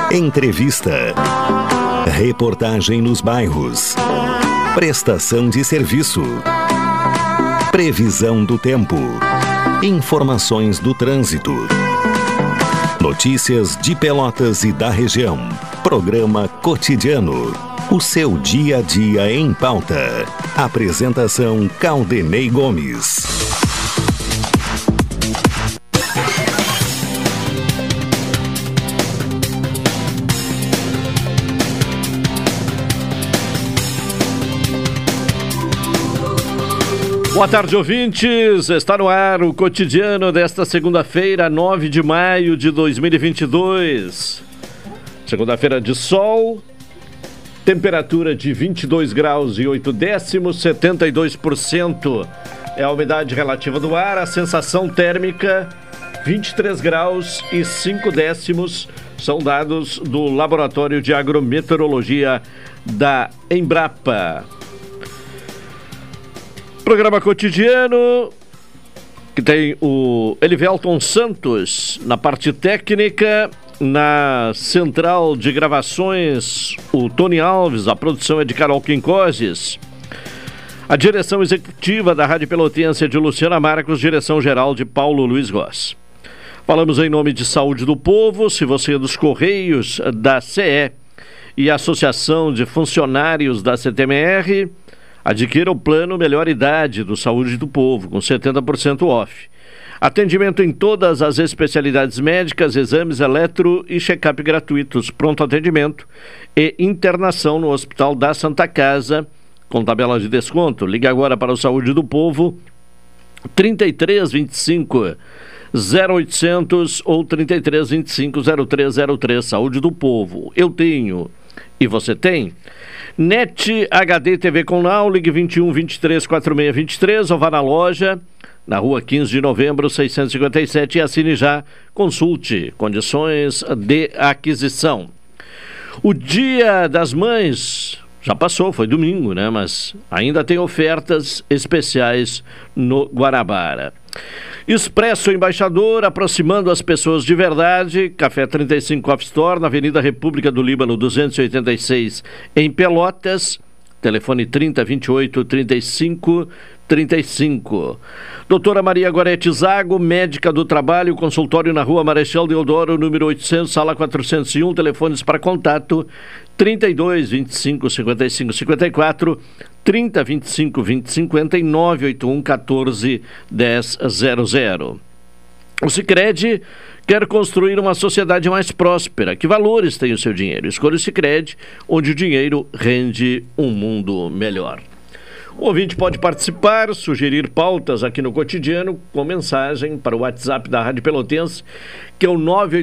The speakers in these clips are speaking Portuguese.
Entrevista. Reportagem nos bairros. Prestação de serviço. Previsão do tempo. Informações do trânsito. Notícias de Pelotas e da região. Programa Cotidiano. O seu dia a dia em pauta. Apresentação Caldenei Gomes. Boa tarde, ouvintes. Está no ar o Cotidiano desta segunda-feira, 9 de maio de 2022. Segunda-feira de sol, temperatura de 22 graus e 8 décimos, 72% é a umidade relativa do ar, a sensação térmica 23 graus e 5 décimos, são dados do Laboratório de Agrometeorologia da Embrapa. Programa Cotidiano, que tem o Elivelton Santos na parte técnica, na central de gravações, o Tony Alves, a produção é de Carol Quincoses, a direção executiva da Rádio Pelotense é de Luciana Marcos, direção geral de Paulo Luiz Goss. Falamos em nome de Saúde do Povo. Se você é dos Correios, da CE e Associação de Funcionários da CTMR, adquira o plano Melhor Idade do Saúde do Povo, com 70% off. Atendimento em todas as especialidades médicas, exames eletro e check-up gratuitos, pronto atendimento e internação no Hospital da Santa Casa, com tabela de desconto. Ligue agora para o Saúde do Povo, 3325 0800 ou 3325 0303. Saúde do Povo. Eu tenho e você tem? NET HD TV com Now, ligue 21 23 46 23 ou vá na loja, na rua 15 de novembro 657 e assine já, consulte condições de aquisição. O Dia das Mães já passou, foi domingo, né? Mas ainda tem ofertas especiais no Guanabara. Expresso Embaixador, aproximando as pessoas de verdade. Café 35 Off Store, na Avenida República do Líbano 286, em Pelotas. Telefone 3028 35 35. Doutora Maria Gorete Zago, médica do trabalho, consultório na Rua Marechal Deodoro, número 800, sala 401, telefones para contato 32 25 55 54, 30 25 20 50 e 981 14 10 00. O Sicredi quer construir uma sociedade mais próspera. Que valores tem o seu dinheiro? Escolha o Sicredi, onde o dinheiro rende um mundo melhor. O ouvinte pode participar, sugerir pautas aqui no Cotidiano com mensagem para o WhatsApp da Rádio Pelotense, que é o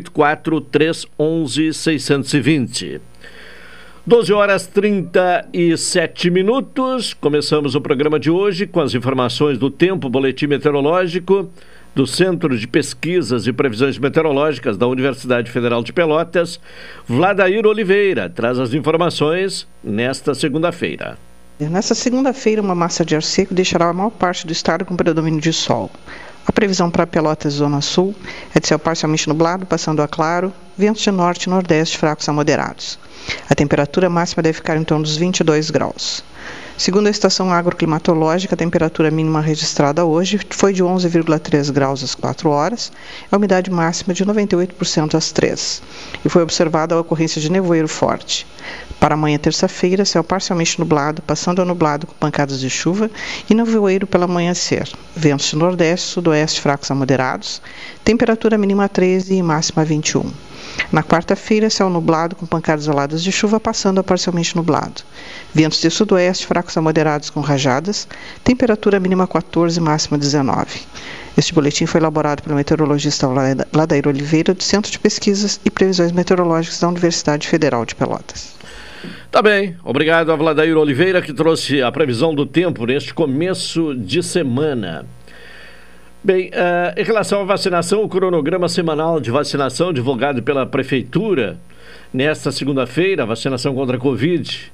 984-311-620. 12 horas 37 minutos. Começamos o programa de hoje com as informações do tempo, boletim meteorológico do Centro de Pesquisas e Previsões Meteorológicas da Universidade Federal de Pelotas. Vladair Oliveira traz as informações nesta segunda-feira. Nesta segunda-feira, uma massa de ar seco deixará a maior parte do estado com predomínio de sol. A previsão para Pelotas e Zona Sul é de céu parcialmente nublado, passando a claro, ventos de norte e nordeste fracos a moderados. A temperatura máxima deve ficar em torno dos 22 graus. Segundo a estação agroclimatológica, a temperatura mínima registrada hoje foi de 11,3 graus às 4 horas, a umidade máxima de 98% às 3, e foi observada a ocorrência de nevoeiro forte. Para amanhã, terça-feira, céu parcialmente nublado, passando a nublado com pancadas de chuva e nevoeiro pela amanhecer. Ventos de nordeste e sudoeste fracos a moderados, temperatura mínima 13 e máxima 21. Na quarta-feira, céu nublado com pancadas isoladas de chuva, passando a parcialmente nublado. Ventos de sudoeste fracos a moderados com rajadas, temperatura mínima 14 e máxima 19. Este boletim foi elaborado pelo meteorologista Vladair Oliveira, do Centro de Pesquisas e Previsões Meteorológicas da Universidade Federal de Pelotas. Tá bem, obrigado a Vladair Oliveira, que trouxe a previsão do tempo neste começo de semana. Bem, em relação à vacinação, o cronograma semanal de vacinação divulgado pela Prefeitura nesta segunda-feira, a vacinação contra a Covid,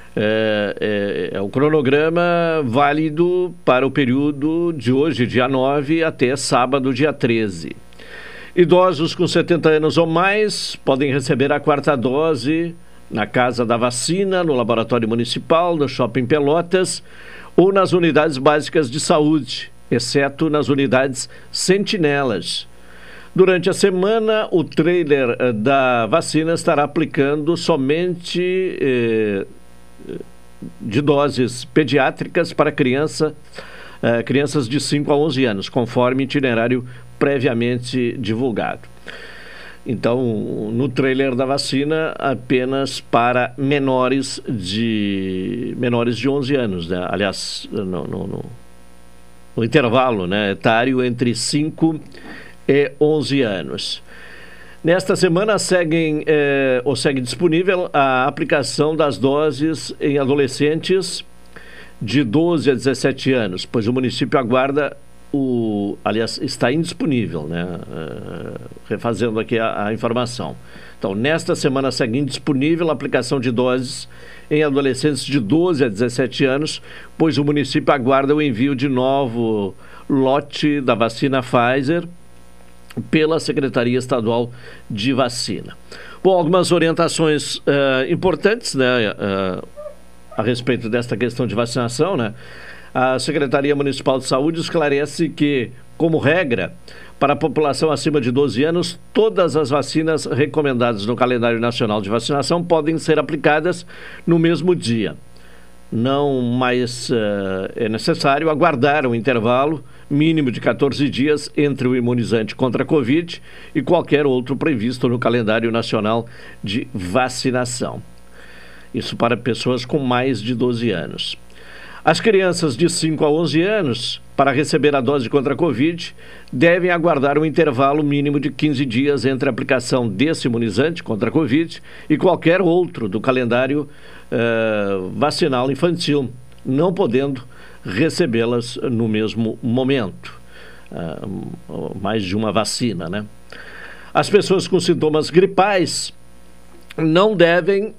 é o cronograma válido para o período de hoje, dia 9, até sábado, dia 13. Idosos com 70 anos ou mais podem receber a 4ª dose na Casa da Vacina, no Laboratório Municipal, no Shopping Pelotas ou nas unidades básicas de saúde, exceto nas unidades sentinelas. Durante a semana, o trailer da vacina estará aplicando somente de doses pediátricas para crianças de 5 a 11 anos, conforme itinerário previamente divulgado. Então, no trailer da vacina, apenas para menores de 11 anos, né? Aliás, no intervalo, né, etário entre 5 e 11 anos. Nesta semana segue disponível a aplicação das doses em adolescentes de 12 a 17 anos, pois o município aguarda aliás, está indisponível, né? Refazendo aqui a informação. Então, nesta semana segue indisponível a aplicação de doses em adolescentes de 12 a 17 anos, pois o município aguarda o envio de novo lote da vacina Pfizer pela Secretaria Estadual de Vacina. Bom, algumas orientações importantes, né, a respeito desta questão de vacinação, né? A Secretaria Municipal de Saúde esclarece que, como regra, para a população acima de 12 anos, todas as vacinas recomendadas no calendário nacional de vacinação podem ser aplicadas no mesmo dia. Não mais é necessário aguardar um intervalo mínimo de 14 dias entre o imunizante contra a Covid e qualquer outro previsto no calendário nacional de vacinação. Isso para pessoas com mais de 12 anos. As crianças de 5 a 11 anos, para receber a dose contra a Covid, devem aguardar um intervalo mínimo de 15 dias entre a aplicação desse imunizante contra a Covid e qualquer outro do calendário vacinal infantil, não podendo recebê-las no mesmo momento. Mais de uma vacina, né? As pessoas com sintomas gripais não devem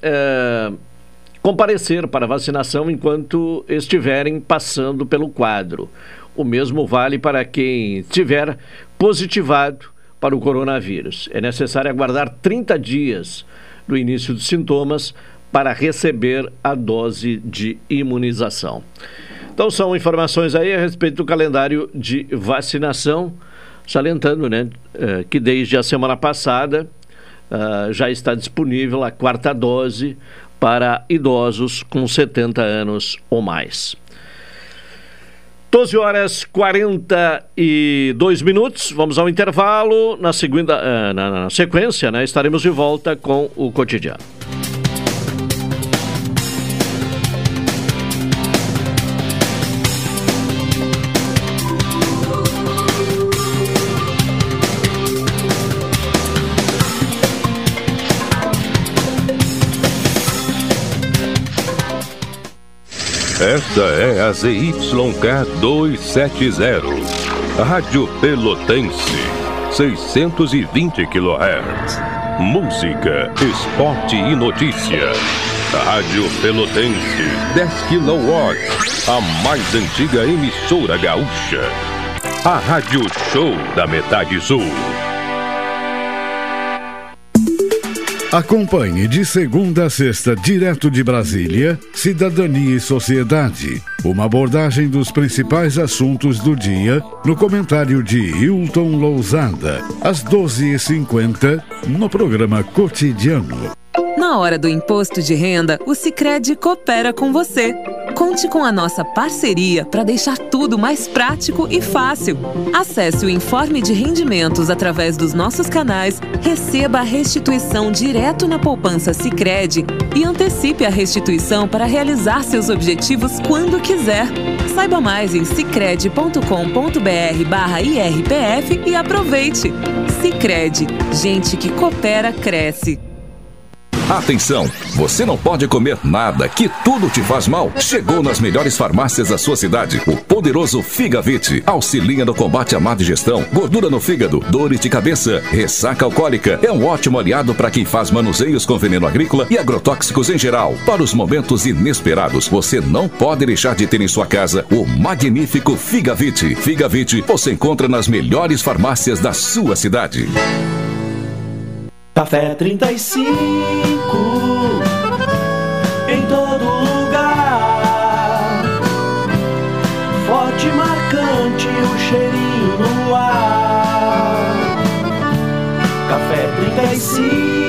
comparecer para vacinação enquanto estiverem passando pelo quadro. O mesmo vale para quem estiver positivado para o coronavírus. É necessário aguardar 30 dias do início dos sintomas para receber a dose de imunização. Então, são informações aí a respeito do calendário de vacinação, salientando, né, que desde a semana passada já está disponível a 4ª dose para idosos com 70 anos ou mais. 12 horas 42 minutos, vamos ao intervalo. Na sequência, né, estaremos de volta com o Cotidiano. Esta é a ZYK 270, Rádio Pelotense, 620 kHz. Música, esporte e notícia. Rádio Pelotense, 10 kW, a mais antiga emissora gaúcha. A Rádio Show da Metade Sul. Acompanhe de segunda a sexta, direto de Brasília, Cidadania e Sociedade. Uma abordagem dos principais assuntos do dia, no comentário de Hilton Lousada, às 12h50, no programa Cotidiano. Na hora do imposto de renda, o Sicredi coopera com você. Conte com a nossa parceria para deixar tudo mais prático e fácil. Acesse o informe de rendimentos através dos nossos canais, receba a restituição direto na poupança Sicredi e antecipe a restituição para realizar seus objetivos quando quiser. Saiba mais em sicredi.com.br/IRPF e aproveite. Sicredi, gente que coopera, cresce. Atenção, você não pode comer nada, que tudo te faz mal. Chegou nas melhores farmácias da sua cidade o poderoso Figavit. Auxilia no combate à má digestão, gordura no fígado, dores de cabeça, ressaca alcoólica. É um ótimo aliado para quem faz manuseios com veneno agrícola e agrotóxicos em geral. Para os momentos inesperados, você não pode deixar de ter em sua casa o magnífico Figavit. Figavit você encontra nas melhores farmácias da sua cidade. Café 35, em todo lugar, forte e marcante o cheirinho no ar. Café 35,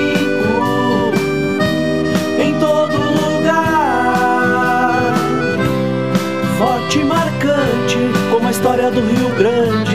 em todo lugar, forte e marcante como a história do Rio Grande.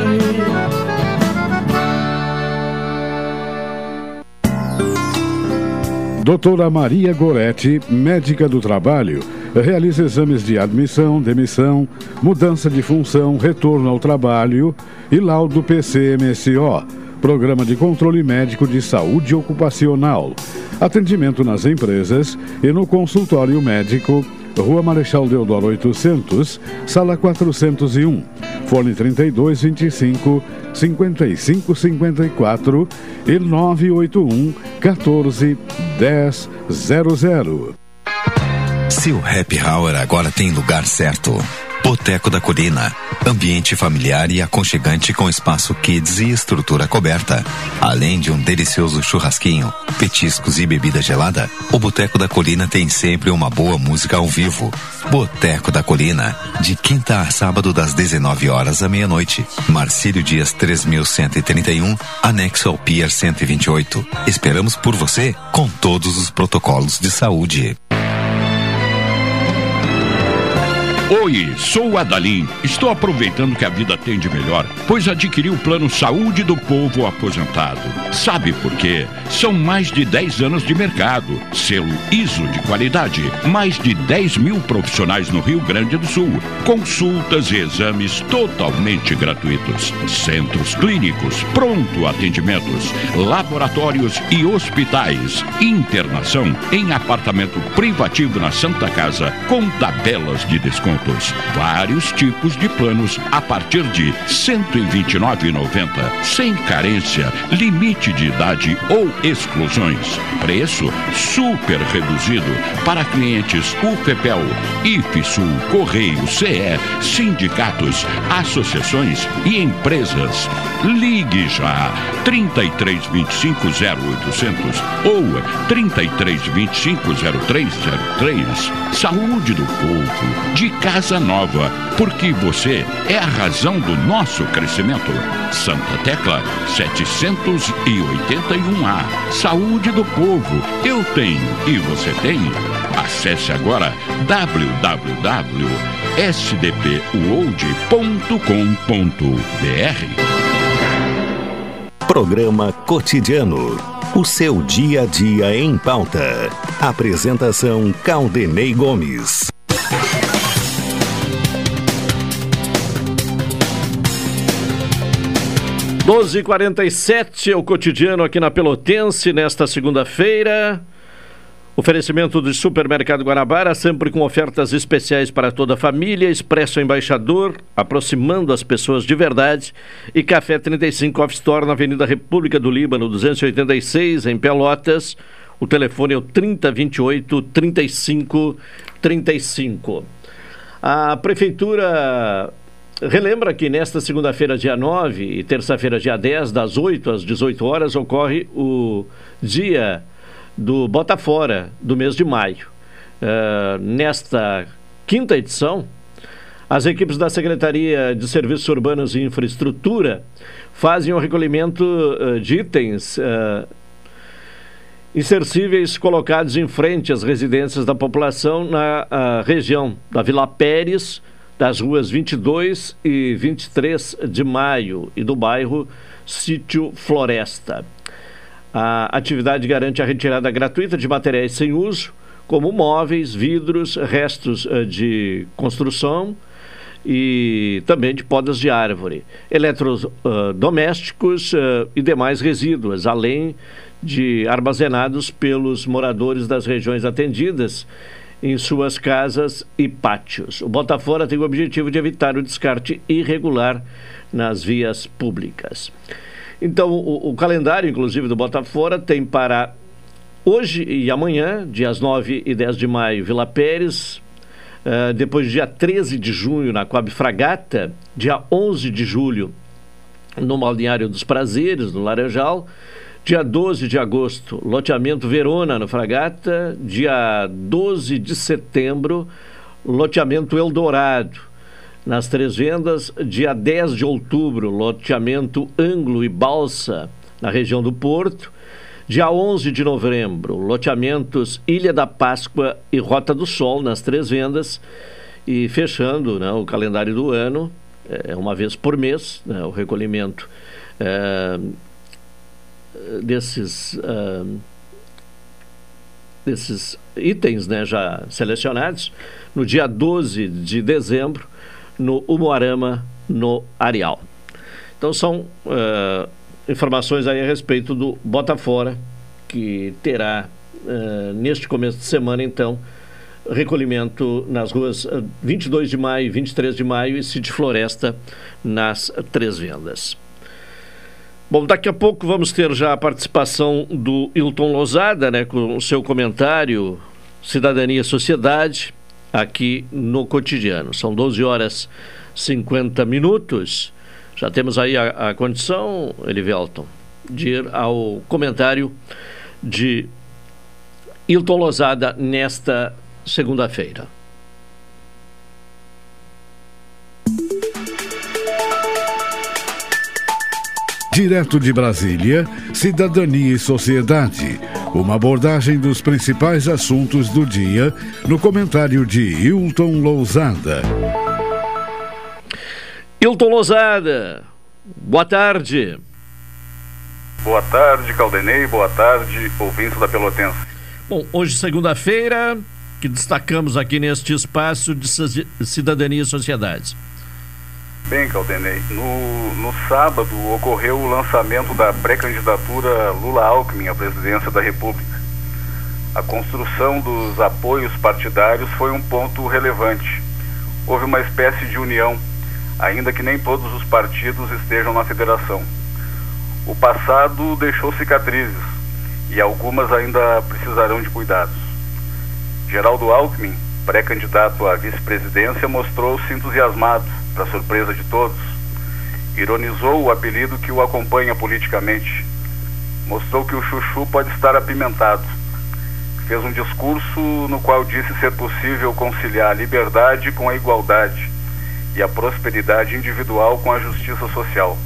Doutora Maria Goretti, médica do trabalho, realiza exames de admissão, demissão, mudança de função, retorno ao trabalho e laudo PCMSO, Programa de Controle Médico de Saúde Ocupacional. Atendimento nas empresas e no consultório médico, Rua Marechal Deodoro 800, Sala 401, fone 3225 5554 e 981 14 1000. Seu happy hour agora tem lugar certo. Boteco da Colina. Ambiente familiar e aconchegante com espaço kids e estrutura coberta. Além de um delicioso churrasquinho, petiscos e bebida gelada, o Boteco da Colina tem sempre uma boa música ao vivo. Boteco da Colina, de quinta a sábado das 19 horas à meia-noite. Marcílio Dias 3131, anexo ao Pier 128. Esperamos por você com todos os protocolos de saúde. Oi, sou o Adalim. Estou aproveitando que a vida tem de melhor, pois adquiri o Plano Saúde do Povo Aposentado. Sabe por quê? São mais de 10 anos de mercado, selo ISO de qualidade, mais de 10 mil profissionais no Rio Grande do Sul, consultas e exames totalmente gratuitos, centros clínicos, pronto atendimentos, laboratórios e hospitais, internação em apartamento privativo na Santa Casa, com tabelas de desconto. Vários tipos de planos a partir de R$ 129,90, sem carência, limite de idade ou exclusões. Preço super reduzido para clientes UFPEL, IFSUL, Correio, CE, sindicatos, associações e empresas. Ligue já 3325 0800 ou 3325 0303. Saúde do povo, de Casa Nova, porque você é a razão do nosso crescimento. Santa Tecla 781A. Saúde do povo, eu tenho e você tem. Acesse agora www.sdpuold.com.br. Programa Cotidiano. O seu dia a dia em pauta. Apresentação Caldenei Gomes. h 12h47 é o Cotidiano aqui na Pelotense, nesta segunda-feira. Oferecimento do Supermercado Guanabara, sempre com ofertas especiais para toda a família. Expresso Embaixador, aproximando as pessoas de verdade. E Café 35 Off Store, na Avenida República do Líbano, 286, em Pelotas. O telefone é o 3028-3535. A Prefeitura relembra que nesta segunda-feira, dia 9, e terça-feira, dia 10, das 8 às 18 horas, ocorre o dia do Bota Fora, do mês de maio. Nesta quinta edição, as equipes da Secretaria de Serviços Urbanos e Infraestrutura fazem o recolhimento de itens insercíveis colocados em frente às residências da população na região da Vila Pérez, das ruas 22 e 23 de maio e do bairro Sítio Floresta. A atividade garante a retirada gratuita de materiais sem uso, como móveis, vidros, restos de construção e também de podas de árvore, eletrodomésticos e demais resíduos, além armazenados pelos moradores das regiões atendidas em suas casas e pátios. O Botafora tem o objetivo de evitar o descarte irregular nas vias públicas. Então, o calendário, inclusive, do Botafora tem para hoje e amanhã, dias 9 e 10 de maio, Vila Pérez, depois dia 13 de junho, na Coab Fragata, dia 11 de julho, no Balneário dos Prazeres, no Laranjal, dia 12 de agosto, loteamento Verona, no Fragata, dia 12 de setembro, loteamento Eldorado, nas Três Vendas, dia 10 de outubro, loteamento Ângulo e Balsa, na região do Porto, dia 11 de novembro, loteamentos Ilha da Páscoa e Rota do Sol, nas Três Vendas, e fechando, né, o calendário do ano, uma vez por mês, né, o recolhimento desses itens, né, já selecionados, no dia 12 de dezembro, no Umuarama, no Areal. Então são informações aí a respeito do Botafora, que terá neste começo de semana, então, recolhimento nas ruas 22 de maio, 23 de maio e Cid Floresta, nas Três Vendas. Bom, daqui a pouco vamos ter já a participação do Hilton Lozada, né, com o seu comentário Cidadania e Sociedade, aqui no Cotidiano. São 12 horas 50 minutos. Já temos aí a condição, Elivelton, de ir ao comentário de Hilton Lozada nesta segunda-feira. Direto de Brasília, Cidadania e Sociedade. Uma abordagem dos principais assuntos do dia no comentário de Hilton Lozada. Hilton Lozada, boa tarde. Boa tarde, Caldenei. Boa tarde, ouvintes da Pelotense. Bom, hoje, segunda-feira, que destacamos aqui neste espaço de Cidadania e Sociedade. Bem, Caldenei, no sábado ocorreu o lançamento da pré-candidatura Lula-Alckmin à presidência da República. A construção dos apoios partidários foi um ponto relevante. Houve uma espécie de união, ainda que nem todos os partidos estejam na federação. O passado deixou cicatrizes e algumas ainda precisarão de cuidados. Geraldo Alckmin, pré-candidato à vice-presidência, mostrou-se entusiasmado, para surpresa de todos. Ironizou o apelido que o acompanha politicamente. Mostrou que o chuchu pode estar apimentado. Fez um discurso no qual disse ser possível conciliar a liberdade com a igualdade e a prosperidade individual com a justiça social.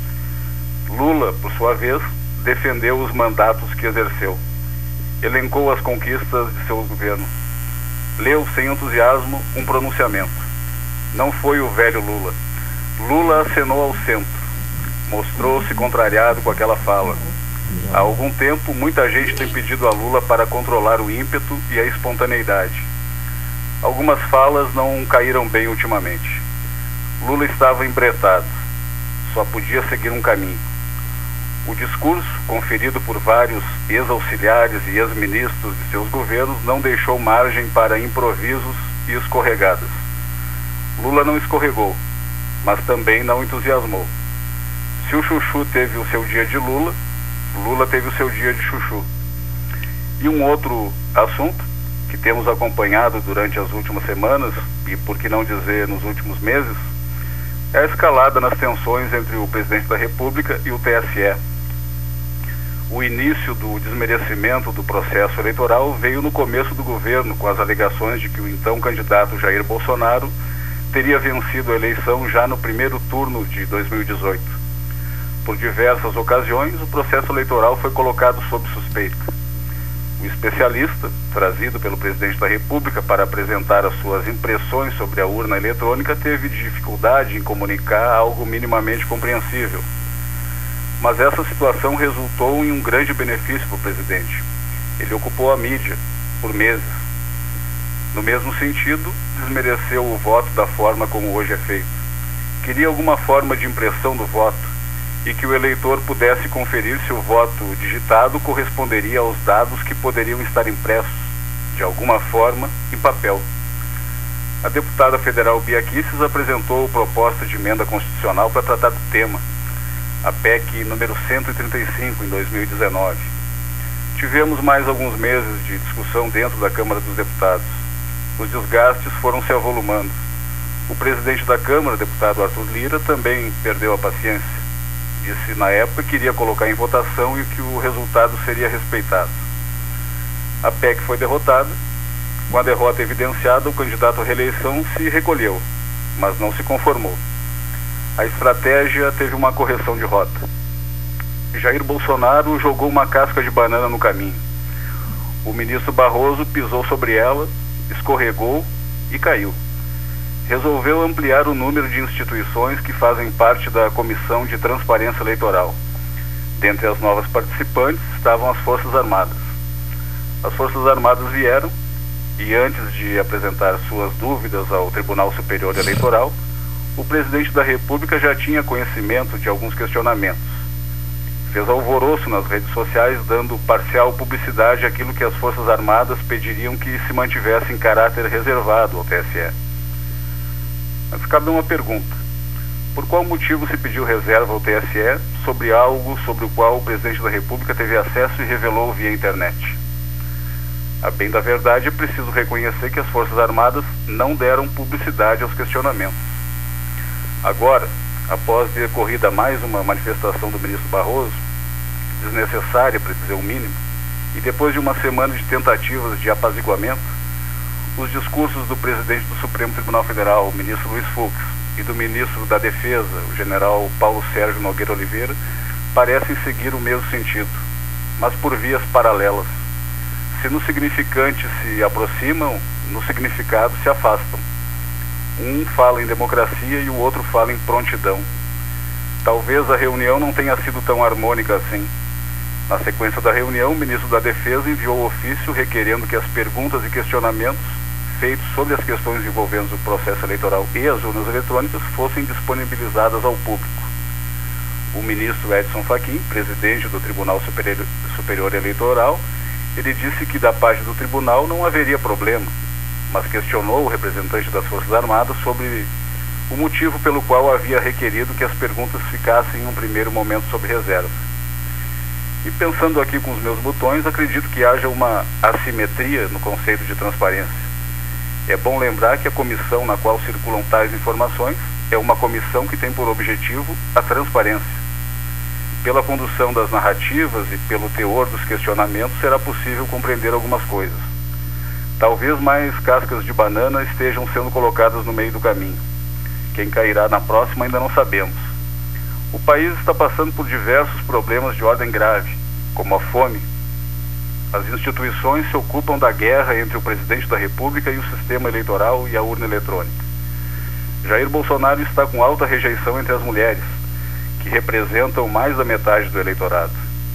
Lula, por sua vez, defendeu os mandatos que exerceu. Elencou as conquistas de seu governo. Leu sem entusiasmo um pronunciamento. Não foi o velho Lula. Lula acenou ao centro. Mostrou-se contrariado com aquela fala. Há algum tempo, muita gente tem pedido a Lula para controlar o ímpeto e a espontaneidade. Algumas falas não caíram bem ultimamente. Lula estava embretado. Só podia seguir um caminho. O discurso, conferido por vários ex-auxiliares e ex-ministros de seus governos, não deixou margem para improvisos e escorregadas. Lula não escorregou, mas também não entusiasmou. Se o chuchu teve o seu dia de Lula, Lula teve o seu dia de chuchu. E um outro assunto que temos acompanhado durante as últimas semanas, e por que não dizer nos últimos meses, é a escalada nas tensões entre o presidente da República e o TSE. O início do desmerecimento do processo eleitoral veio no começo do governo, com as alegações de que o então candidato Jair Bolsonaro teria vencido a eleição já no primeiro turno de 2018. Por diversas ocasiões, o processo eleitoral foi colocado sob suspeita. O especialista, trazido pelo presidente da República para apresentar as suas impressões sobre a urna eletrônica, teve dificuldade em comunicar algo minimamente compreensível. Mas essa situação resultou em um grande benefício para o presidente. Ele ocupou a mídia por meses. No mesmo sentido, desmereceu o voto da forma como hoje é feito. Queria alguma forma de impressão do voto e que o eleitor pudesse conferir se o voto digitado corresponderia aos dados que poderiam estar impressos, de alguma forma, em papel. A deputada federal Bia Kicis apresentou proposta de emenda constitucional para tratar do tema, a PEC número 135, em 2019. Tivemos mais alguns meses de discussão dentro da Câmara dos Deputados. Os desgastes foram se avolumando. O presidente da Câmara, deputado Arthur Lira, também perdeu a paciência. Disse na época que iria colocar em votação e que o resultado seria respeitado. A PEC foi derrotada. Com a derrota evidenciada, o candidato à reeleição se recolheu, mas não se conformou. A estratégia teve uma correção de rota. Jair Bolsonaro jogou uma casca de banana no caminho. O ministro Barroso pisou sobre ela, escorregou e caiu. Resolveu ampliar o número de instituições que fazem parte da Comissão de Transparência Eleitoral. Dentre as novas participantes estavam as Forças Armadas. As Forças Armadas vieram e, antes de apresentar suas dúvidas ao Tribunal Superior Eleitoral, o presidente da República já tinha conhecimento de alguns questionamentos. Fez alvoroço nas redes sociais, dando parcial publicidade àquilo que as Forças Armadas pediriam que se mantivesse em caráter reservado ao TSE. Mas cabe uma pergunta: por qual motivo se pediu reserva ao TSE sobre algo sobre o qual o presidente da República teve acesso e revelou via internet? A bem da verdade, é preciso reconhecer que as Forças Armadas não deram publicidade aos questionamentos. Agora, após decorrida mais uma manifestação do ministro Barroso, desnecessária para dizer o mínimo, e depois de uma semana de tentativas de apaziguamento, os discursos do presidente do Supremo Tribunal Federal, o ministro Luiz Fux, e do ministro da Defesa, o general Paulo Sérgio Nogueira Oliveira, parecem seguir o mesmo sentido, mas por vias paralelas. Se no significante se aproximam, no significado se afastam. Um fala em democracia e o outro fala em prontidão. Talvez a reunião não tenha sido tão harmônica assim. Na sequência da reunião, o ministro da Defesa enviou ofício requerendo que as perguntas e questionamentos feitos sobre as questões envolvendo o processo eleitoral e as urnas eletrônicas fossem disponibilizadas ao público. O ministro Edson Fachin, presidente do Tribunal Superior Eleitoral, ele disse que da parte do tribunal não haveria problema, mas questionou o representante das Forças Armadas sobre o motivo pelo qual havia requerido que as perguntas ficassem em um primeiro momento sob reserva. E pensando aqui com os meus botões, acredito que haja uma assimetria no conceito de transparência. É bom lembrar que a comissão na qual circulam tais informações é uma comissão que tem por objetivo a transparência. Pela condução das narrativas e pelo teor dos questionamentos será possível compreender algumas coisas. Talvez mais cascas de banana estejam sendo colocadas no meio do caminho. Quem cairá na próxima ainda não sabemos. O país está passando por diversos problemas de ordem grave, como a fome. As instituições se ocupam da guerra entre o presidente da República e o sistema eleitoral e a urna eletrônica. Jair Bolsonaro está com alta rejeição entre as mulheres, que representam mais da metade do eleitorado.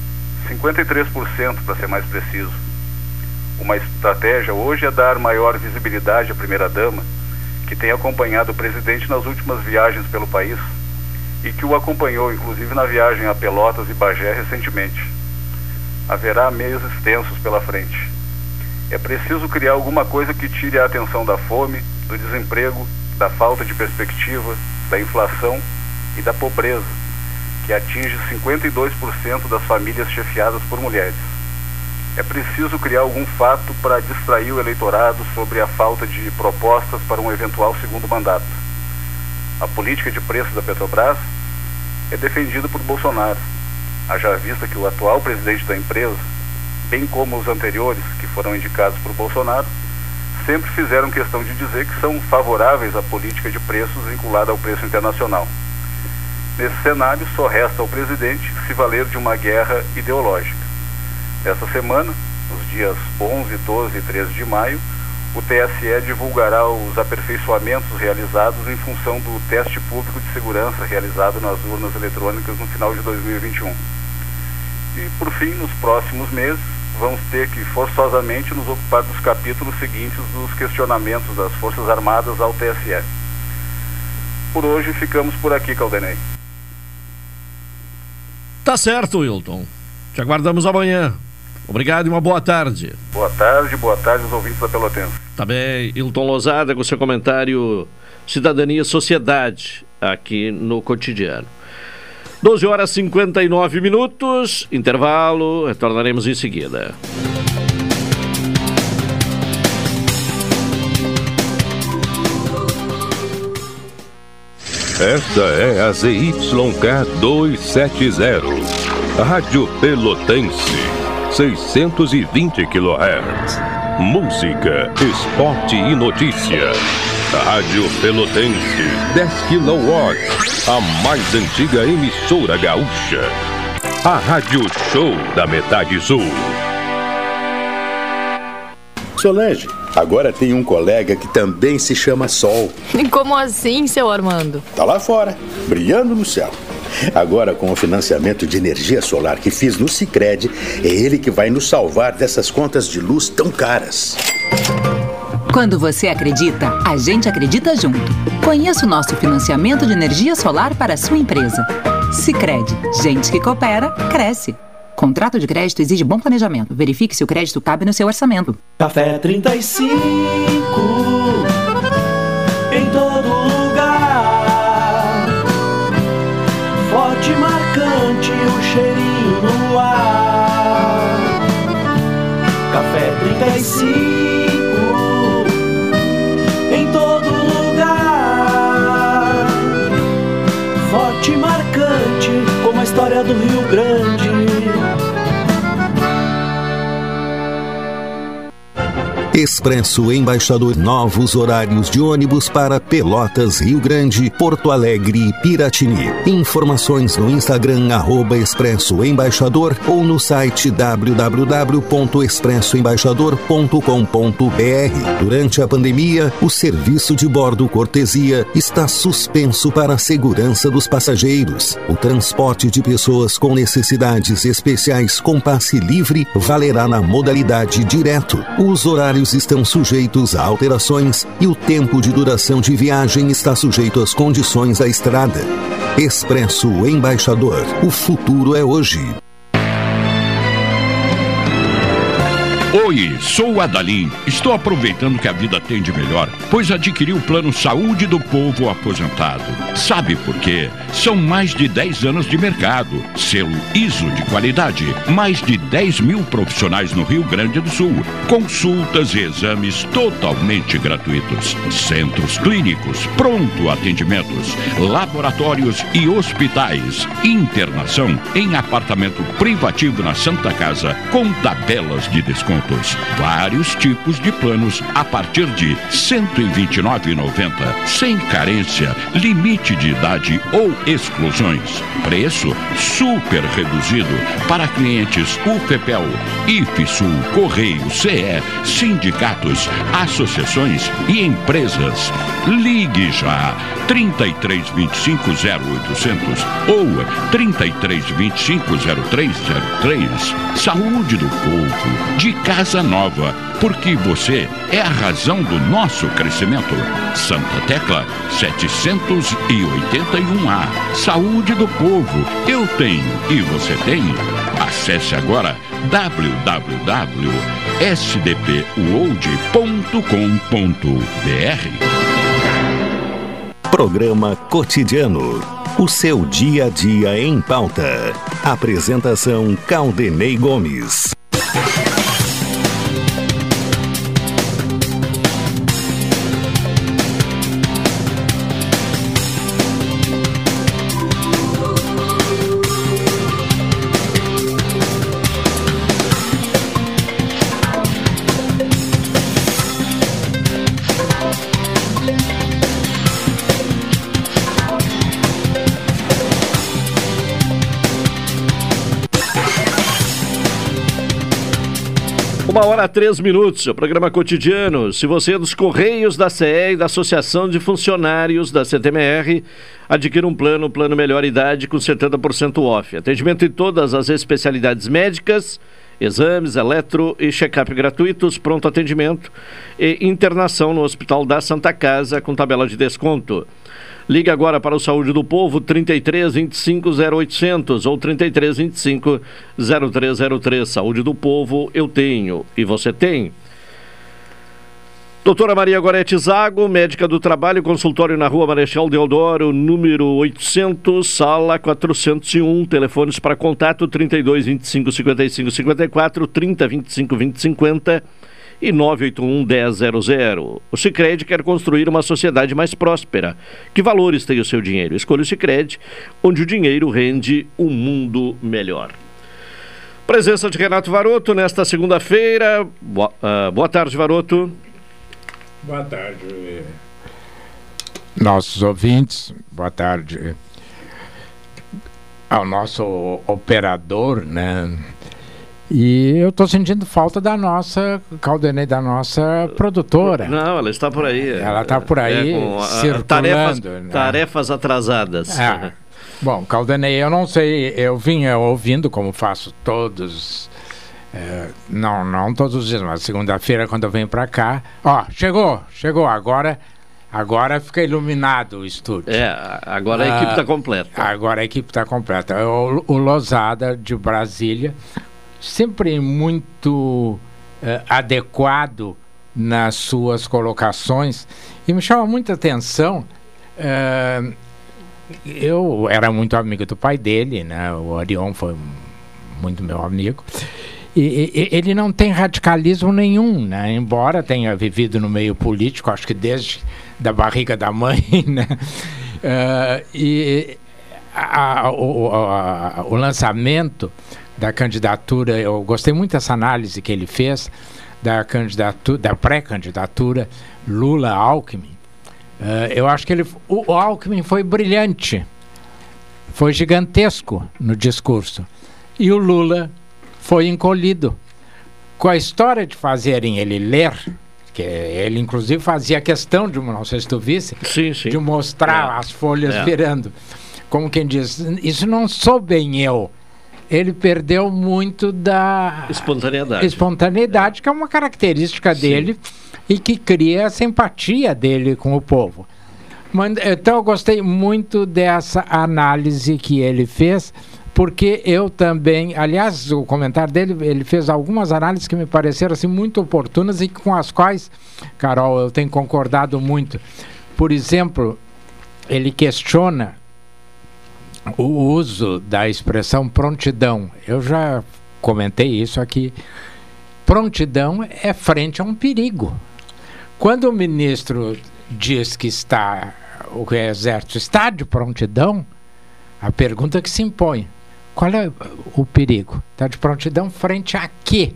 53%, para ser mais preciso. Uma estratégia hoje é dar maior visibilidade à primeira-dama, que tem acompanhado o presidente nas últimas viagens pelo país e que o acompanhou, inclusive, na viagem a Pelotas e Bagé recentemente. Haverá meses tensos pela frente. É preciso criar alguma coisa que tire a atenção da fome, do desemprego, da falta de perspectiva, da inflação e da pobreza, que atinge 52% das famílias chefiadas por mulheres. É preciso criar algum fato para distrair o eleitorado sobre a falta de propostas para um eventual segundo mandato. A política de preço da Petrobras é defendida por Bolsonaro, haja vista que o atual presidente da empresa, bem como os anteriores que foram indicados por Bolsonaro, sempre fizeram questão de dizer que são favoráveis à política de preços vinculada ao preço internacional. Nesse cenário, só resta ao presidente se valer de uma guerra ideológica. Nesta semana, nos dias 11, 12 e 13 de maio, o TSE divulgará os aperfeiçoamentos realizados em função do teste público de segurança realizado nas urnas eletrônicas no final de 2021. E, por fim, nos próximos meses, vamos ter que forçosamente nos ocupar dos capítulos seguintes dos questionamentos das Forças Armadas ao TSE. Por hoje, ficamos por aqui, Caldenei. Tá certo, Wilton. Te aguardamos amanhã. Obrigado e uma boa tarde. Boa tarde aos ouvintes da Pelotense. Tá bem, Hilton Lozada com seu comentário Cidadania e Sociedade aqui no Cotidiano. 12h59, intervalo, retornaremos em seguida. Esta é a ZYK 270, Rádio Pelotense, 620 kHz. Música, esporte e notícia. Rádio Pelotense, 10 kW, a mais antiga emissora gaúcha. A Rádio Show da Metade Sul. Solange, agora tem um colega que também se chama Sol. Como assim, seu Armando? Tá lá fora, brilhando no céu. Agora, com o financiamento de energia solar que fiz no Sicredi, é ele que vai nos salvar dessas contas de luz tão caras. Quando você acredita, a gente acredita junto. Conheça o nosso financiamento de energia solar para a sua empresa. Sicredi, gente que coopera, cresce. Contrato de crédito exige bom planejamento. Verifique se o crédito cabe no seu orçamento. Café 35, em todo lugar. Forte e marcante, o cheirinho no ar. Café 35, em todo lugar. Forte e marcante, como a história do Rio Grande. Expresso Embaixador, novos horários de ônibus para Pelotas, Rio Grande, Porto Alegre e Piratini. Informações no Instagram @Expresso Embaixador ou no site www.expressoembaixador.com.br. Durante a pandemia, o serviço de bordo cortesia está suspenso para a segurança dos passageiros. O transporte de pessoas com necessidades especiais com passe livre valerá na modalidade direto. Os horários estão sujeitos a alterações e o tempo de duração de viagem está sujeito às condições da estrada. Expresso Embaixador. O futuro é hoje. Oi, sou o Adalim. Estou aproveitando que a vida tem de melhor, pois adquiri o Plano Saúde do Povo Aposentado. Sabe por quê? São mais de 10 anos de mercado, selo ISO de qualidade, mais de 10 mil profissionais no Rio Grande do Sul, consultas e exames totalmente gratuitos, centros clínicos, pronto atendimentos, laboratórios e hospitais, internação em apartamento privativo na Santa Casa com tabelas de desconto. Vários tipos de planos a partir de R$ 129,90, sem carência, limite de idade ou exclusões. Preço super reduzido para clientes UFPEL, IFSUL, Correio, CE, sindicatos, associações e empresas. Ligue já 3325 0800 ou 3325 0303. Saúde do povo, de Casa Nova, porque você é a razão do nosso crescimento. Santa Tecla 781A. Saúde do povo, eu tenho e você tem. Acesse agora www.sdpworld.com.br. Programa Cotidiano. O seu dia a dia em pauta. Apresentação Caldenei Gomes. Uma hora 3 minutos, o programa Cotidiano. Se você é dos Correios, da CE e da Associação de Funcionários da CTMR, adquira um plano melhor idade com 70% off. Atendimento em todas as especialidades médicas Exames, eletro e check-up gratuitos, pronto atendimento e internação no Hospital da Santa Casa com tabela de desconto. Ligue agora para o Saúde do Povo, 33 25 0800 ou 33 25 0303. Saúde do Povo, eu tenho e você tem. Doutora Maria Gorete Zago, médica do trabalho, consultório na Rua Marechal Deodoro, número 800, sala 401, telefones para contato 32 25 55 54, 30 25 20 50 e 981 1000. O Sicredi quer construir uma sociedade mais próspera. Que valores tem o seu dinheiro? Escolha o Sicredi, onde o dinheiro rende um mundo melhor. Presença de Renato Varoto nesta segunda-feira. Boa tarde, Varoto. Boa tarde, nossos ouvintes. Boa tarde ao nosso operador, né? E eu estou sentindo falta da nossa Caldenei, da nossa produtora. Não, ela está por aí. Ela está por aí circulando. Tarefas atrasadas. Bom, Caldenei, eu não sei, eu vinha ouvindo, como faço todos... não todos os dias, mas segunda-feira quando eu venho para cá, chegou, agora fica iluminado o estúdio. Agora a equipe está completa. Agora a equipe está completa. O Losada de Brasília, sempre muito adequado nas suas colocações, e me chama muita atenção. Eu era muito amigo do pai dele, né? O Orion foi muito meu amigo. E ele não tem radicalismo nenhum, né? Embora tenha vivido no meio político, acho que desde da barriga da mãe, né? O lançamento da candidatura, eu gostei muito dessa análise que ele fez da pré-candidatura Lula-Alckmin. Eu acho que o Alckmin foi brilhante, foi gigantesco no discurso, e o Lula foi encolhido. Com a história de fazerem ele ler, que ele inclusive fazia questão de, não sei se tu visse, de mostrar as folhas virando. Como quem diz, isso não sou bem eu. Ele perdeu muito da espontaneidade, que é uma característica dele e que cria a simpatia dele com o povo. Então eu gostei muito dessa análise que ele fez, porque eu também, aliás, o comentário dele, ele fez algumas análises que me pareceram assim, muito oportunas e com as quais, Carol, eu tenho concordado muito. Por exemplo, ele questiona o uso da expressão prontidão. Eu já comentei isso aqui. Prontidão é frente a um perigo. Quando o ministro diz que o exército está de prontidão, a pergunta que se impõe: qual é o perigo? Está de prontidão frente a quê?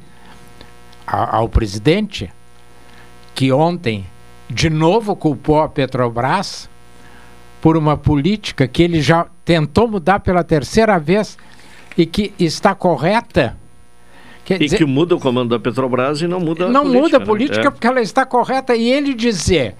Ao presidente, que ontem de novo culpou a Petrobras por uma política que ele já tentou mudar pela terceira vez e que está correta. Quer dizer, que muda o comando da Petrobras e não muda a política. Não muda a política porque ela está correta, e ele dizer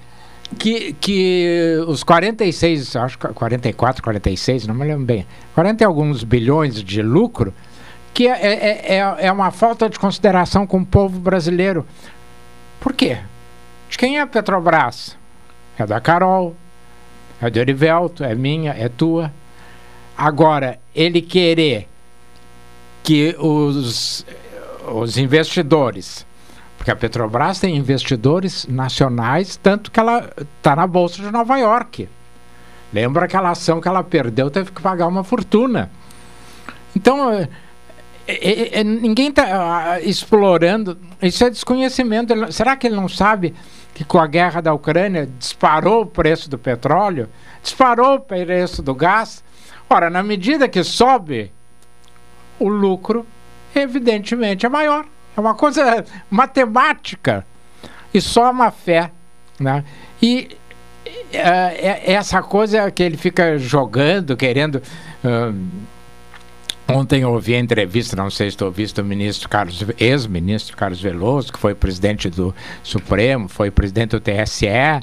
que os 46, acho que 44, 46, não me lembro bem, 40 e alguns bilhões de lucro, que é uma falta de consideração com o povo brasileiro. Por quê? De quem é a Petrobras? É da Carol, é do Erivelto, é minha, é tua. Agora, ele querer que os investidores... Porque a Petrobras tem investidores nacionais, tanto que ela está na Bolsa de Nova York. Lembra aquela ação que ela perdeu, teve que pagar uma fortuna. Então, ninguém está explorando. Isso é desconhecimento. Será que ele não sabe que com a guerra da Ucrânia disparou o preço do petróleo? Disparou o preço do gás? Ora, na medida que sobe, o lucro, evidentemente, é maior. É uma coisa matemática e só a má fé, né? E essa coisa que ele fica jogando, querendo... Ontem eu ouvi a entrevista, não sei se tu ouviste, do ex-ministro Carlos Veloso, que foi presidente do Supremo, foi presidente do TSE. É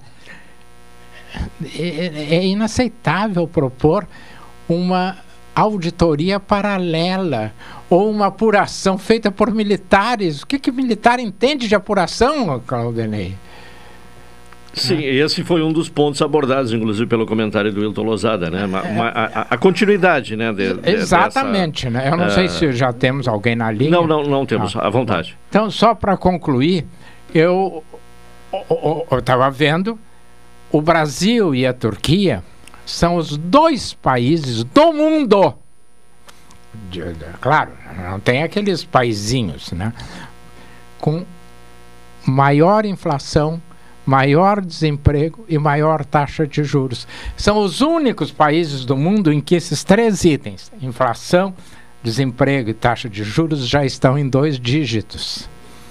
inaceitável propor uma auditoria paralela, ou uma apuração feita por militares. O que militar entende de apuração, Claudinei? Sim, esse foi um dos pontos abordados, inclusive, pelo comentário do Wilton Losada, né? A continuidade, né? Exatamente, né? Eu não sei se já temos alguém na linha. Não temos, à vontade. Então, só para concluir, eu estava vendo, o Brasil e a Turquia são os 2 países do mundo. Claro, não tem aqueles paizinhos, né? Com maior inflação, maior desemprego e maior taxa de juros. São os únicos países do mundo em que esses 3 itens, inflação, desemprego e taxa de juros, já estão em 2 dígitos.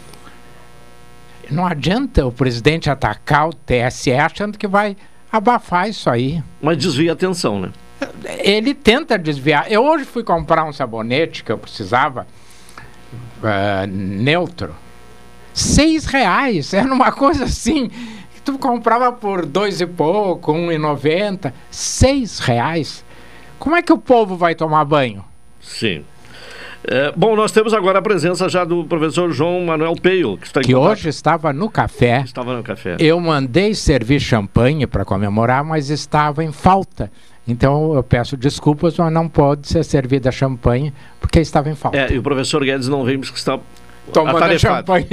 Não adianta o presidente atacar o TSE achando que vai abafar isso aí. Mas desvia a atenção, né? Ele tenta desviar. Eu hoje fui comprar um sabonete que eu precisava, neutro. R$6, era uma coisa assim, que tu comprava por 2 e pouco, R$1,90, R$6. Como é que o povo vai tomar banho? Sim. Bom, nós temos agora a presença já do professor João Manuel Peio, que está em contato. Hoje estava no café. Estava no café. Eu mandei servir champanhe para comemorar, mas estava em falta. Então eu peço desculpas, mas não pode ser servida champanhe, porque estava em falta. E o professor Guedes não veio porque está tomando champanhe.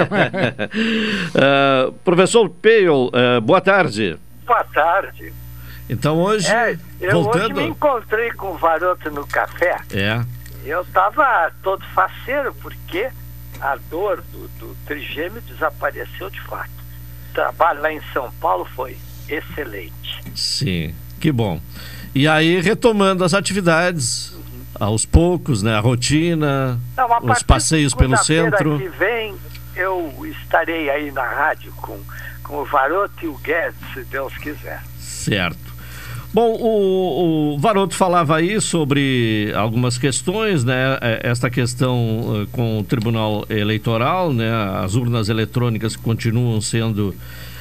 Professor Peio, boa tarde. Boa tarde. Então hoje, voltando... hoje me encontrei com o Varoto no café. Eu estava todo faceiro, porque a dor do trigêmeo desapareceu de fato. O trabalho lá em São Paulo foi excelente. Sim, que bom. E aí, retomando as atividades, aos poucos, né? A rotina, os passeios pelo centro. Que vem, eu estarei aí na rádio com o Varoto e o Guedes, se Deus quiser. Certo. Bom, o Varoto falava aí sobre algumas questões, né? Esta questão com o Tribunal Eleitoral, né? As urnas eletrônicas continuam sendo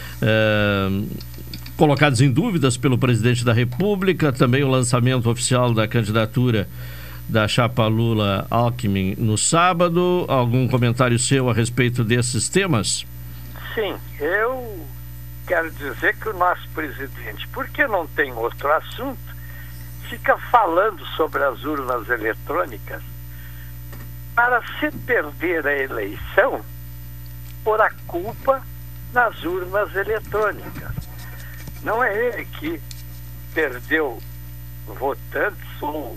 colocadas em dúvidas pelo presidente da República, também o lançamento oficial da candidatura da chapa Lula-Alckmin no sábado. Algum comentário seu a respeito desses temas? Sim, eu quero dizer que o nosso presidente, porque não tem outro assunto, fica falando sobre as urnas eletrônicas para se perder a eleição por a culpa nas urnas eletrônicas. Não é ele que perdeu votantes ou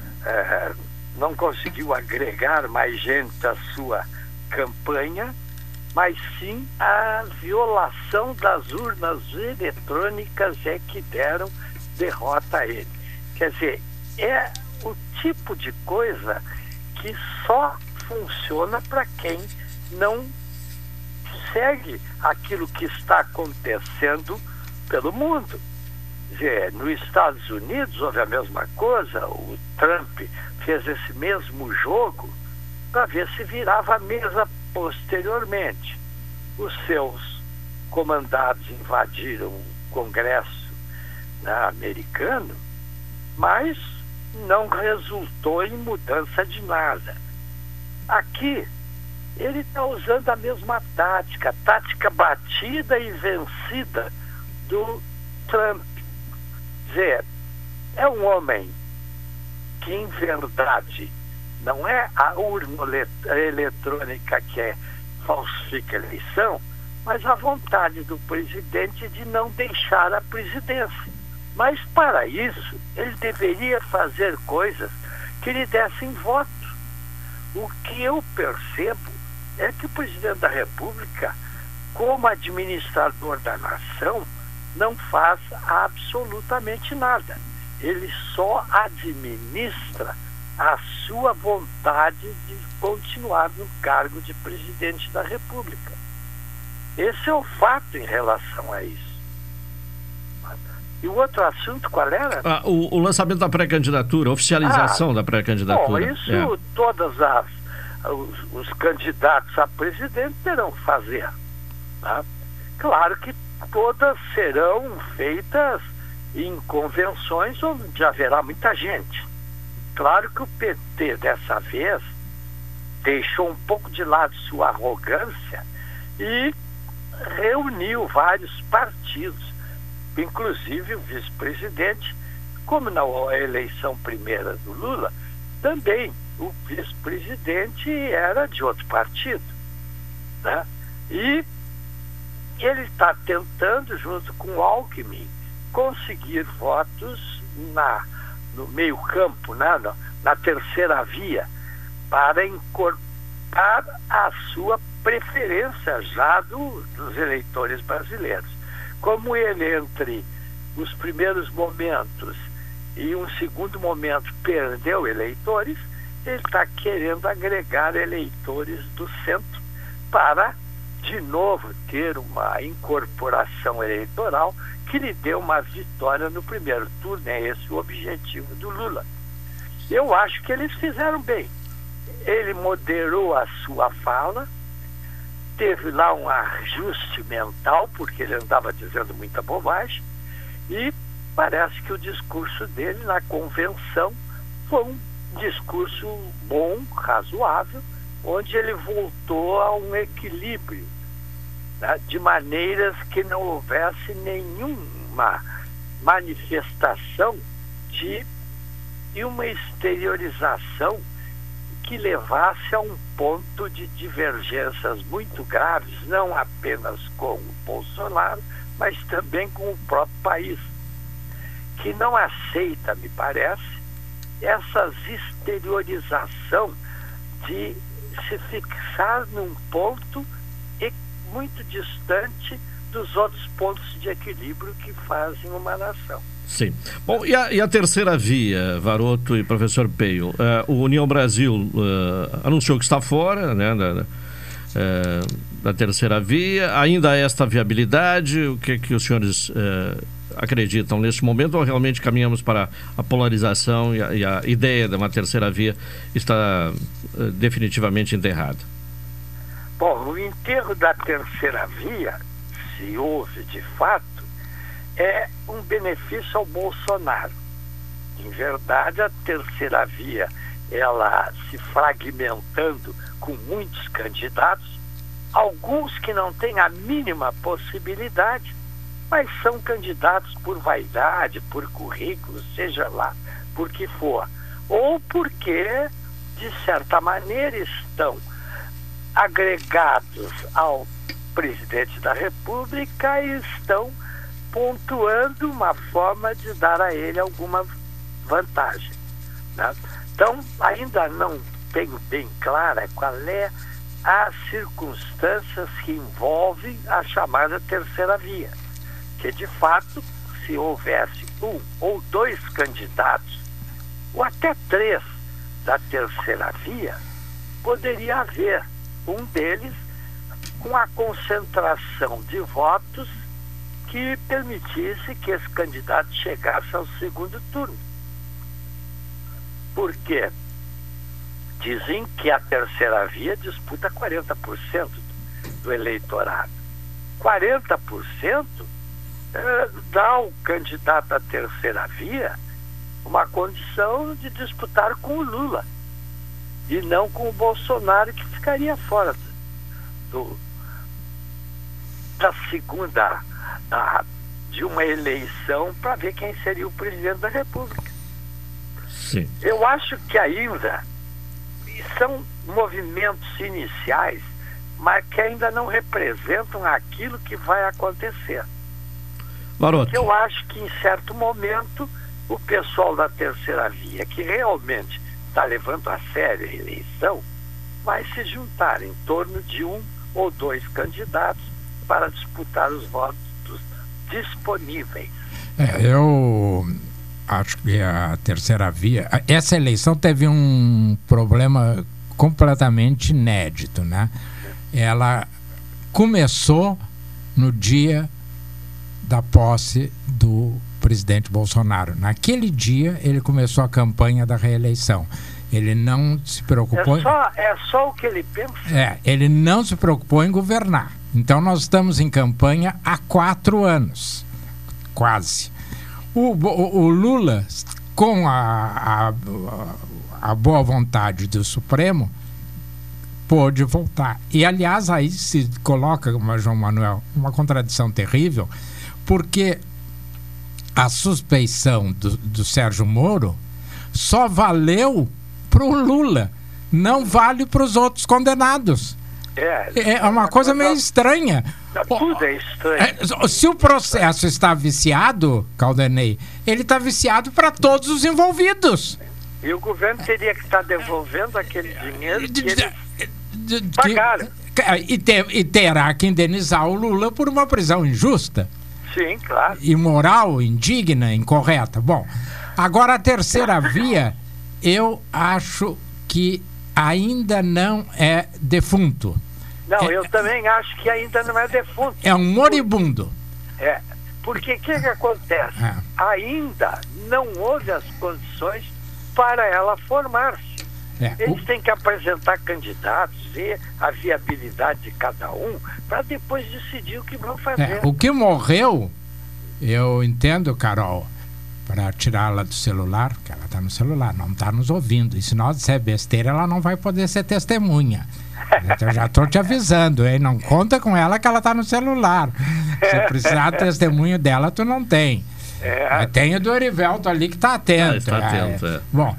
não conseguiu agregar mais gente à sua campanha, mas sim a violação das urnas eletrônicas é que deram derrota a ele. Quer dizer, é o tipo de coisa que só funciona para quem não segue aquilo que está acontecendo pelo mundo. Quer dizer, nos Estados Unidos houve a mesma coisa, o Trump fez esse mesmo jogo para ver se virava a mesa posteriormente. Os seus comandados invadiram o Congresso americano, mas não resultou em mudança de nada. Aqui, ele está usando a mesma tática batida e vencida do Trump. Quer dizer, é um homem que, em verdade, não é a urna eletrônica que falsifica a eleição, mas a vontade do presidente de não deixar a presidência. Mas, para isso, ele deveria fazer coisas que lhe dessem voto. O que eu percebo é que o presidente da República, como administrador da nação, não faz absolutamente nada. Ele só administra a sua vontade de continuar no cargo de presidente da República. Esse é o fato em relação a isso. E o outro assunto qual era? O lançamento da pré-candidatura, a oficialização da pré-candidatura. Bom, isso todas os candidatos a presidente terão que fazer. Tá? Claro que todas serão feitas em convenções onde haverá muita gente. Claro que o PT, dessa vez, deixou um pouco de lado sua arrogância e reuniu vários partidos, inclusive o vice-presidente, como na eleição primeira do Lula, também o vice-presidente era de outro partido, né? E ele está tentando, junto com o Alckmin, conseguir votos no meio campo, né? Na terceira via, para incorporar a sua preferência já dos eleitores brasileiros. Como ele, entre os primeiros momentos e um segundo momento, perdeu eleitores, ele está querendo agregar eleitores do centro para, de novo, ter uma incorporação eleitoral que lhe dê uma vitória no primeiro turno. É esse o objetivo do Lula. Eu acho que eles fizeram bem. Ele moderou a sua fala, teve lá um ajuste mental, porque ele andava dizendo muita bobagem, e parece que o discurso dele na convenção foi um discurso bom, razoável, onde ele voltou a um equilíbrio, né, de maneiras que não houvesse nenhuma manifestação de uma exteriorização que levasse a um ponto de divergências muito graves, não apenas com o Bolsonaro, mas também com o próprio país, que não aceita, me parece, essa exteriorização de se fixar num ponto muito distante dos outros pontos de equilíbrio que fazem uma nação. Sim. Bom, e a terceira via, Varoto e professor Peio? O União Brasil anunciou que está fora, né, da terceira via. Ainda há esta viabilidade? O que os senhores acreditam neste momento, ou realmente caminhamos para a polarização e a ideia de uma terceira via está definitivamente enterrada? Bom, o enterro da terceira via, se houve de fato, é um benefício ao Bolsonaro. Em verdade, a terceira via, ela se fragmentando com muitos candidatos, alguns que não têm a mínima possibilidade, mas são candidatos por vaidade, por currículo, seja lá por que for, ou porque, de certa maneira, estão agregados ao presidente da República e estão pontuando uma forma de dar a ele alguma vantagem, né? Então, ainda não tenho bem clara qual é as circunstâncias que envolvem a chamada terceira via, que de fato, se houvesse um ou dois candidatos, ou até três da terceira via, poderia haver um deles com a concentração de votos que permitisse que esse candidato chegasse ao segundo turno. Porque dizem que a terceira via disputa 40% do eleitorado. 40% dá ao candidato à terceira via uma condição de disputar com o Lula e não com o Bolsonaro, que ficaria fora da segunda, de uma eleição para ver quem seria o presidente da República. Sim. Eu acho que ainda são movimentos iniciais, mas que ainda não representam aquilo que vai acontecer. Varoto. Eu acho que em certo momento o pessoal da terceira via, que realmente está levando a sério a eleição, vai se juntar em torno de um ou dois candidatos para disputar os votos disponíveis. Eu acho que a terceira via, essa eleição teve um problema completamente inédito, né? Ela começou no dia da posse do presidente Bolsonaro. Naquele dia ele começou a campanha da reeleição. Ele não se preocupou... É só o que ele pensa? Ele não se preocupou em governar. Então nós estamos em campanha há 4 anos, quase. O Lula, com a boa vontade do Supremo, pôde voltar. E, aliás, aí se coloca, João Manuel, uma contradição terrível, porque a suspeição do Sérgio Moro só valeu para o Lula, não vale para os outros condenados. É uma coisa meio estranha. Tudo é estranho. Se o processo está viciado, Caldenei, ele está viciado para todos os envolvidos. E o governo teria que estar devolvendo aquele dinheiro que eles pagaram. E terá que indenizar o Lula por uma prisão injusta. Sim, claro. Imoral, indigna, incorreta. Bom, agora a terceira via, eu acho que ainda não é defunto. Não, eu também acho que ainda não é defunto. É um moribundo. Porque o que acontece? Ainda não houve as condições para ela formar-se. Eles têm que apresentar candidatos, ver a viabilidade de cada um, para depois decidir o que vão fazer. O que morreu, eu entendo, Carol, para tirá-la do celular, porque ela está no celular, não está nos ouvindo. E se nós disser besteira, ela não vai poder ser testemunha. Então, eu já estou te avisando, hein? Não conta com ela que ela está no celular. Se precisar do testemunho dela, tu não tem. Tem o do Erivelto ali que está atento. Está atento, Bom,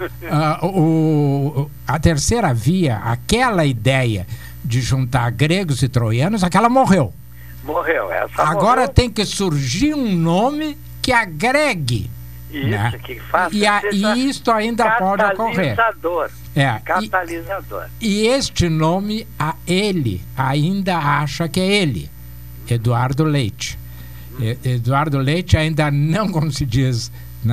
a terceira via, aquela ideia de juntar gregos e troianos, aquela morreu. Morreu, essa agora morreu. Tem que surgir um nome que agregue. Isso, né? que faça. E isto ainda pode ocorrer. Catalisador. E este nome, ele ainda acha que é ele, Eduardo Leite. Eduardo Leite ainda não, como se diz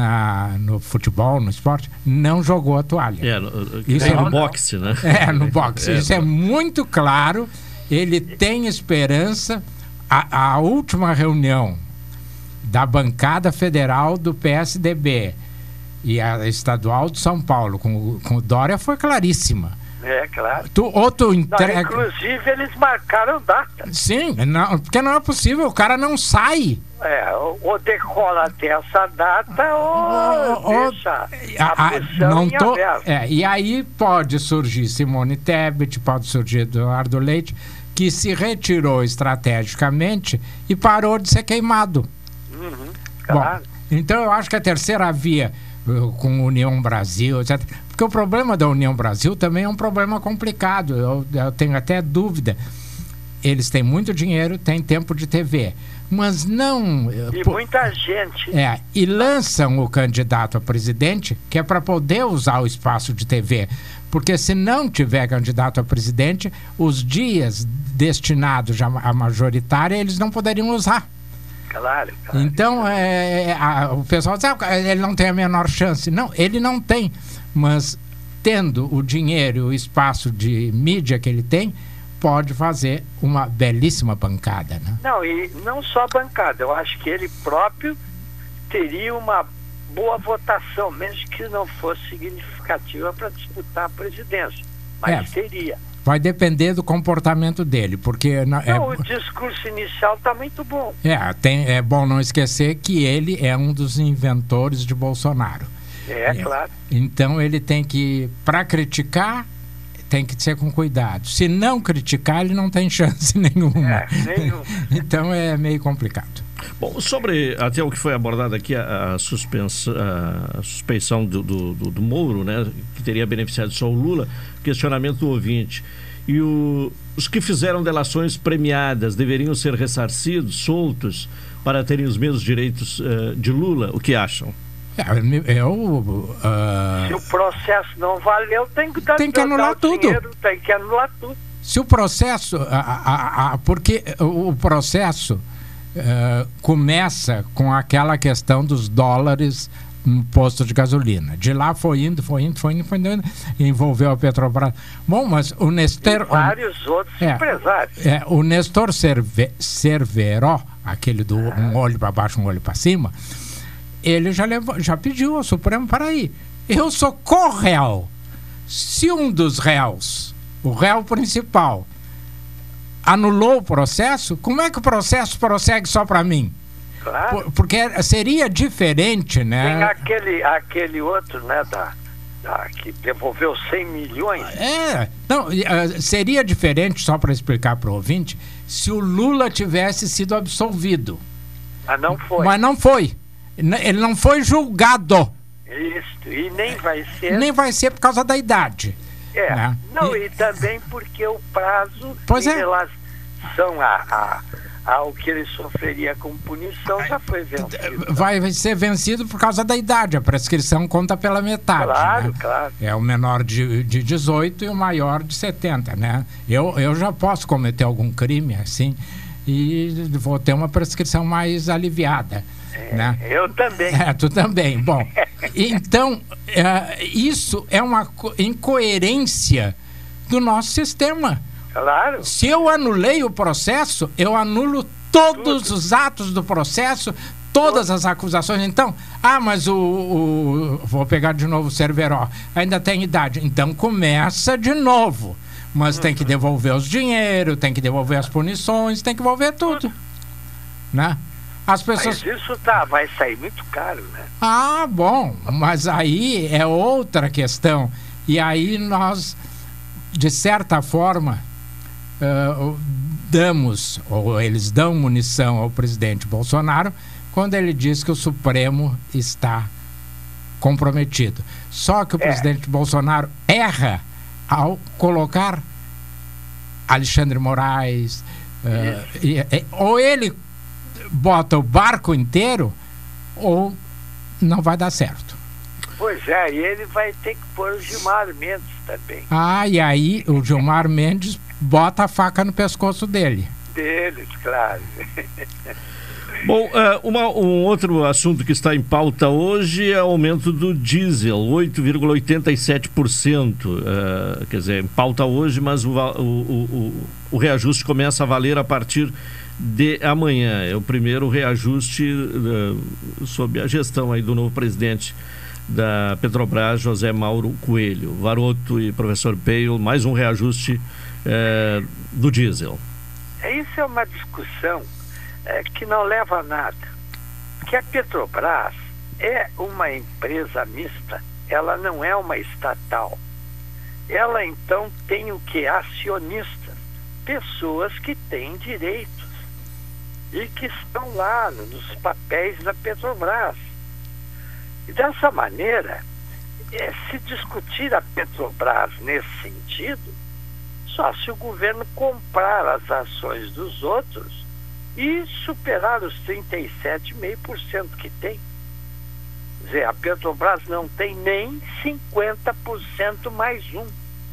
no futebol, no esporte, não jogou a toalha. No boxe, né? No boxe. Isso é muito claro. Ele tem esperança. A última reunião da bancada federal do PSDB e a estadual de São Paulo com o Dória foi claríssima. Claro. Inclusive, eles marcaram data. Sim, porque não é possível, o cara não sai. Ou decola até essa data ou deixa a posição em aberto. E aí pode surgir Simone Tebet, pode surgir Eduardo Leite, que se retirou estrategicamente e parou de ser queimado. Claro. Bom, então eu acho que a terceira via com União Brasil, etc. Porque o problema da União Brasil também é um problema complicado. Eu tenho até dúvida. Eles têm muito dinheiro, têm tempo de TV, mas não... E muita gente. E lançam o candidato a presidente, que é para poder usar o espaço de TV. Porque se não tiver candidato a presidente, os dias destinados à majoritária, eles não poderiam usar. Claro. Então, o pessoal diz, ele não tem a menor chance. Não, ele não tem. Mas, tendo o dinheiro e o espaço de mídia que ele tem, pode fazer uma belíssima bancada, né? Não, e não só bancada. Eu acho que ele próprio teria uma boa votação, mesmo que não fosse significativa para disputar a presidência. Mas teria. Vai depender do comportamento dele, porque... o discurso inicial está muito bom. É bom não esquecer que ele é um dos inventores de Bolsonaro. Claro. Então ele tem que, para criticar, tem que ser com cuidado. Se não criticar, ele não tem chance nenhuma. Então é meio complicado. Bom, sobre até o que foi abordado aqui, a suspeição do Moro, né, que teria beneficiado só o Lula, questionamento do ouvinte. E os que fizeram delações premiadas deveriam ser ressarcidos, soltos, para terem os mesmos direitos de Lula? O que acham? Se o processo não valeu, tem que anular tudo. Tem que anular tudo. Se o processo... porque o processo... começa com aquela questão dos dólares no posto de gasolina. De lá foi indo, envolveu a Petrobras. Bom, mas o Nestor... E vários outros empresários. O Nestor Cerveró, aquele do um olho para baixo, um olho para cima, ele já pediu ao Supremo para ir. Eu sou co-réu. Se um dos réus, o réu principal, anulou o processo, como é que o processo prossegue só para mim? Claro. Porque seria diferente, né? Tem aquele outro, né, que devolveu 100 milhões. Não, seria diferente, só para explicar para o ouvinte, se o Lula tivesse sido absolvido. Mas não foi. Mas não foi. Ele não foi julgado. Isso, e nem vai ser. Nem vai ser por causa da idade. Né? Não, e também porque o prazo em relação ao que ele sofreria como punição já foi vencido. Vai ser vencido por causa da idade. A prescrição conta pela metade. Claro, né? claro. É o menor de 18 e o maior de 70, né? Eu já posso cometer algum crime assim e vou ter uma prescrição mais aliviada. Né? Eu também. Tu também. Bom, então, isso é uma incoerência do nosso sistema. Claro. Se eu anulei o processo, eu anulo todos os atos do processo, todas as acusações. Então, mas vou pegar de novo o Cerveró, ainda tem idade. Então começa de novo. Mas tem que devolver os dinheiros, tem que devolver as punições, tem que devolver tudo. Né? As pessoas... Mas isso vai sair muito caro, né? Bom, mas aí é outra questão. E aí nós, de certa forma, eles dão munição ao presidente Bolsonaro quando ele diz que o Supremo está comprometido. Só que o presidente Bolsonaro erra ao colocar Alexandre Moraes, ou ele bota o barco inteiro ou não vai dar certo. Pois é, e ele vai ter que pôr o Gilmar Mendes também. E aí o Gilmar Mendes bota a faca no pescoço dele. Deles, claro. Bom, um outro assunto que está em pauta hoje é o aumento do diesel, 8,87%. Quer dizer, em pauta hoje, mas o reajuste começa a valer a partir de amanhã. É o primeiro reajuste sob a gestão aí do novo presidente da Petrobras, José Mauro Coelho. Varoto e professor Peio, mais um reajuste do diesel. Isso é uma discussão que não leva a nada. Que a Petrobras é uma empresa mista, ela não é uma estatal. Ela então tem o que? Acionistas, pessoas que têm direitos e que estão lá nos papéis da Petrobras. E dessa maneira, se discutir a Petrobras nesse sentido, só se o governo comprar as ações dos outros e superar os 37,5% que tem. Quer dizer, a Petrobras não tem nem 50% mais um.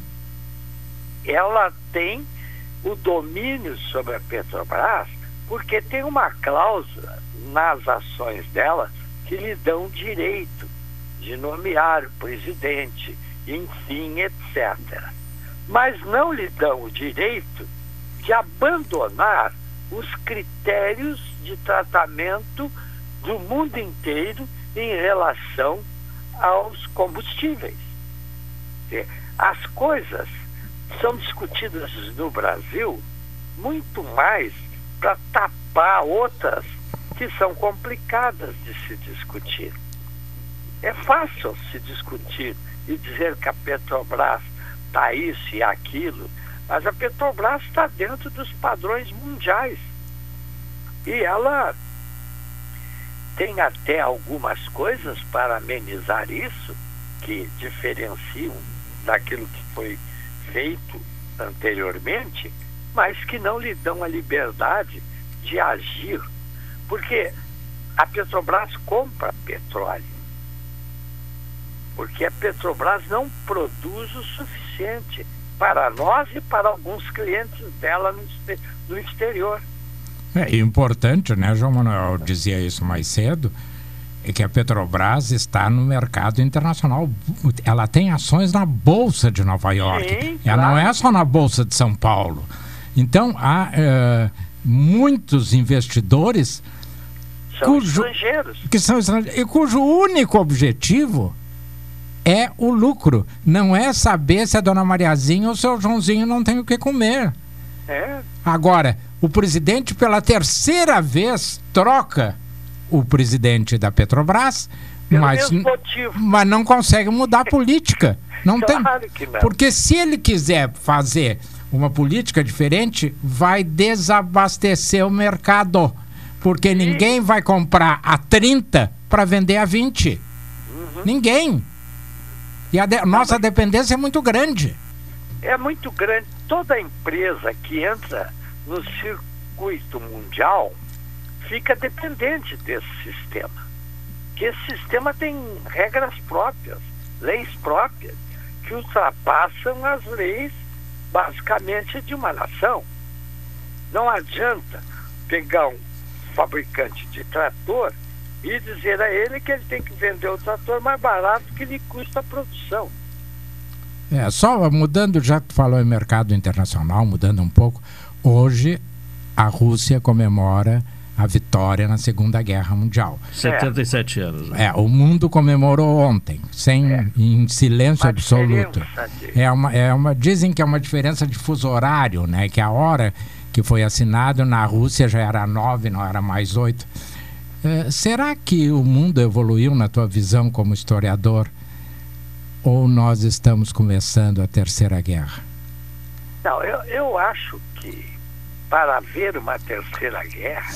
Ela tem o domínio sobre a Petrobras porque tem uma cláusula nas ações dela que lhe dão direito de nomear o presidente, enfim, etc. Mas não lhe dão o direito de abandonar os critérios de tratamento do mundo inteiro em relação aos combustíveis. As coisas são discutidas no Brasil muito mais para tapar outras que são complicadas de se discutir. É fácil se discutir e dizer que a Petrobras está isso e aquilo, mas a Petrobras está dentro dos padrões mundiais. E ela tem até algumas coisas para amenizar isso, que diferenciam daquilo que foi feito anteriormente, mas que não lhe dão a liberdade de agir. Porque a Petrobras compra petróleo. Porque a Petrobras não produz o suficiente para nós e para alguns clientes dela no exterior. É importante, né, João Manuel, dizia isso mais cedo, é que a Petrobras está no mercado internacional. Ela tem ações na Bolsa de Nova York. Sim, ela claro. não é só na Bolsa de São Paulo. Então, há muitos investidores que são estrangeiros e cujo único objetivo é o lucro. Não é saber se a dona Mariazinha ou o seu Joãozinho não tem o que comer. Agora, o presidente pela terceira vez troca o presidente da Petrobras Mas não consegue mudar a política. Não Claro tem. que não. Porque se ele quiser fazer uma política diferente, vai desabastecer o mercado. Porque ninguém vai comprar a 30 para vender a 20. Ninguém. E nossa dependência é muito grande. É muito grande. Toda empresa que entra no circuito mundial fica dependente desse sistema. Que esse sistema tem regras próprias, leis próprias, que ultrapassam as leis, basicamente, de uma nação. Não adianta pegar um fabricante de trator e dizer a ele que ele tem que vender o trator mais barato que lhe custa a produção. Só mudando, já tu falou em mercado internacional, mudando um pouco, hoje a Rússia comemora a vitória na Segunda Guerra Mundial. 77 anos. Né? O mundo comemorou ontem, em silêncio absoluto. Dizem que é uma diferença de fuso horário, né? Que a hora que foi assinado na Rússia já era 9, não era mais 8. Será que o mundo evoluiu na tua visão como historiador? Ou nós estamos começando a Terceira Guerra? Não, eu acho que para haver uma Terceira Guerra,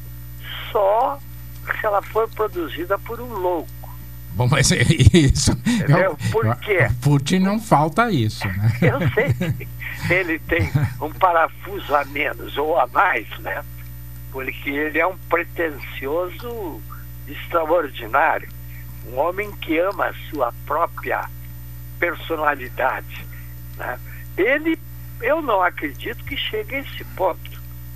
só se ela for produzida por um louco. Bom, mas isso... Entendeu? Por quê? Putin não falta isso, né? Eu sei. Ele tem um parafuso a menos ou a mais, né? Porque ele é um pretensioso extraordinário. Um homem que ama a sua própria personalidade, né? Eu não acredito que chegue a esse ponto.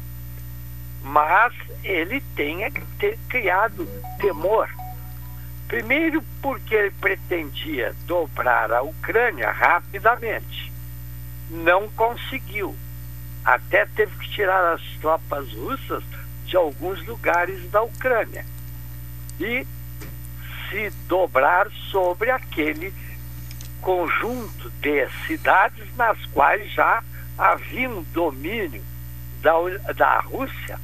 Mas ele tenha que ter criado temor. Primeiro porque ele pretendia dobrar a Ucrânia rapidamente. Não conseguiu. Até teve que tirar as tropas russas de alguns lugares da Ucrânia e se dobrar sobre aquele conjunto de cidades nas quais já havia um domínio da Rússia,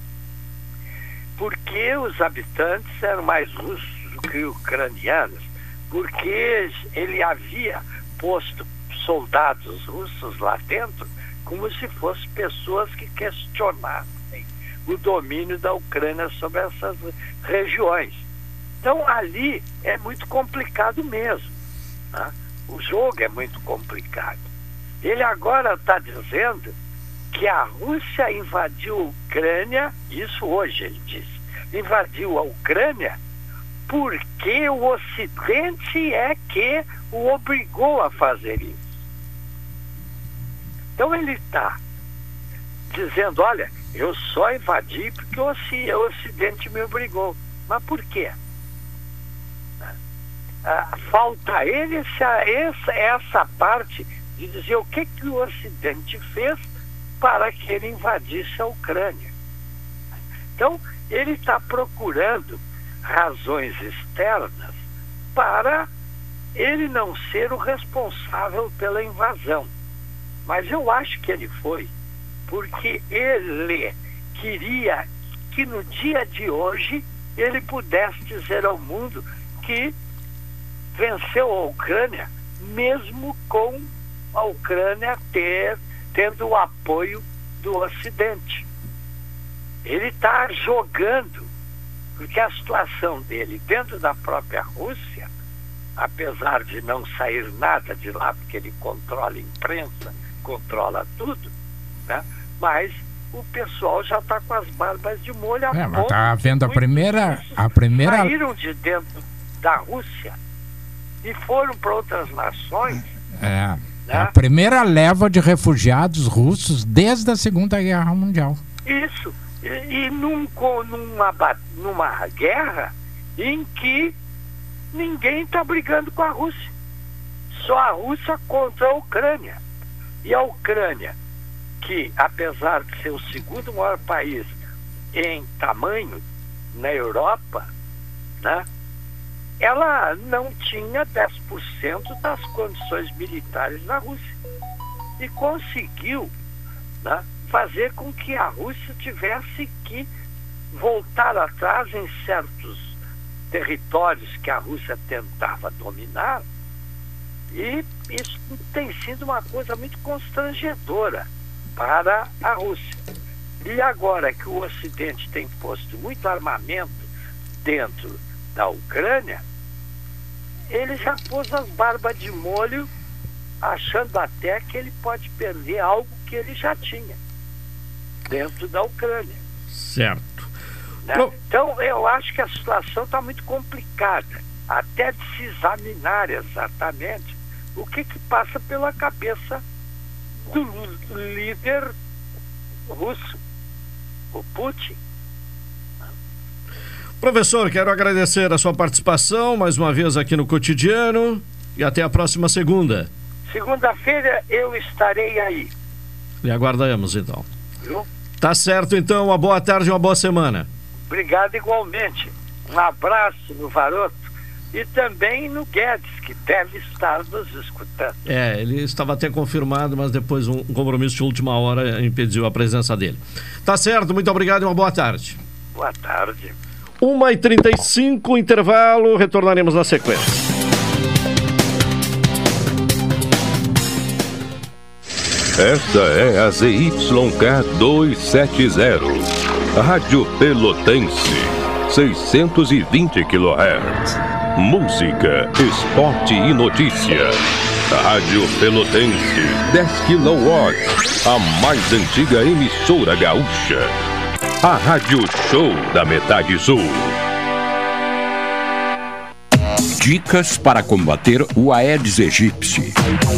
porque os habitantes eram mais russos do que ucranianos, porque ele havia posto soldados russos lá dentro como se fossem pessoas que questionassem o domínio da Ucrânia sobre essas regiões. Então ali é muito complicado mesmo, né? O jogo é muito complicado. Ele agora está dizendo que a Rússia invadiu a Ucrânia, isso hoje ele disse, invadiu a Ucrânia porque o Ocidente é que o obrigou a fazer isso. Então ele está dizendo, olha, eu só invadi porque o Ocidente me obrigou. Mas por quê? Falta a ele essa parte de dizer o que o Ocidente fez para que ele invadisse a Ucrânia. Então, ele está procurando razões externas para ele não ser o responsável pela invasão. Mas eu acho que ele foi, porque ele queria que no dia de hoje ele pudesse dizer ao mundo que venceu a Ucrânia, mesmo com a Ucrânia tendo o apoio do Ocidente. Ele está jogando, porque a situação dele dentro da própria Rússia, apesar de não sair nada de lá, porque ele controla a imprensa, controla tudo, né? Mas o pessoal já está com as barbas de molho a mas está havendo a primeira... Saíram de dentro da Rússia e foram para outras nações. Né? A primeira leva de refugiados russos desde a Segunda Guerra Mundial. Isso. E numa guerra em que ninguém está brigando com a Rússia. Só a Rússia contra a Ucrânia. E a Ucrânia, que apesar de ser o segundo maior país em tamanho na Europa, né, ela não tinha 10% das condições militares da Rússia. E conseguiu, né, fazer com que a Rússia tivesse que voltar atrás em certos territórios que a Rússia tentava dominar, e isso tem sido uma coisa muito constrangedora para a Rússia. E agora que o Ocidente tem posto muito armamento dentro da Ucrânia, ele já pôs as barbas de molho, achando até que ele pode perder algo que ele já tinha dentro da Ucrânia. Certo. Né? Então, eu acho que a situação está muito complicada, até de se examinar exatamente o que passa pela cabeça do líder russo, o Putin. Professor, quero agradecer a sua participação mais uma vez aqui no Cotidiano e até a próxima segunda. Segunda-feira eu estarei aí. E aguardamos, então. Viu? Tá certo, então. Uma boa tarde e uma boa semana. Obrigado igualmente. Um abraço no Varoto e também no Guedes, que deve estar nos escutando. Ele estava até confirmado, mas depois um compromisso de última hora impediu a presença dele. Tá certo, muito obrigado e uma boa tarde. Boa tarde. 1h35, intervalo, retornaremos na sequência. Esta é a ZYK 270, Rádio Pelotense, 620 kHz. Música, esporte e notícia. Rádio Pelotense, 10 kW, a mais antiga emissora gaúcha. A Rádio Show da Metade Sul. Dicas para combater o Aedes aegypti.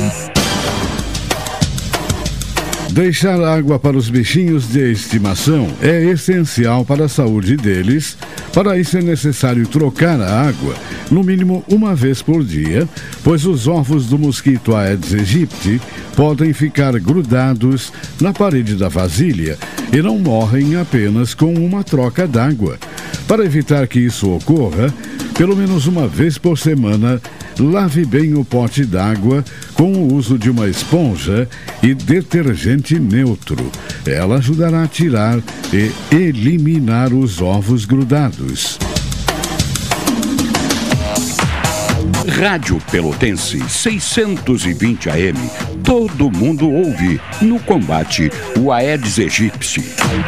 Deixar água para os bichinhos de estimação é essencial para a saúde deles. Para isso é necessário trocar a água, no mínimo uma vez por dia, pois os ovos do mosquito Aedes aegypti podem ficar grudados na parede da vasilha e não morrem apenas com uma troca d'água. Para evitar que isso ocorra, pelo menos uma vez por semana, lave bem o pote d'água com o uso de uma esponja e detergente neutro. Ela ajudará a tirar e eliminar os ovos grudados. Rádio Pelotense 620 AM. Todo mundo ouve no combate o Aedes aegypti.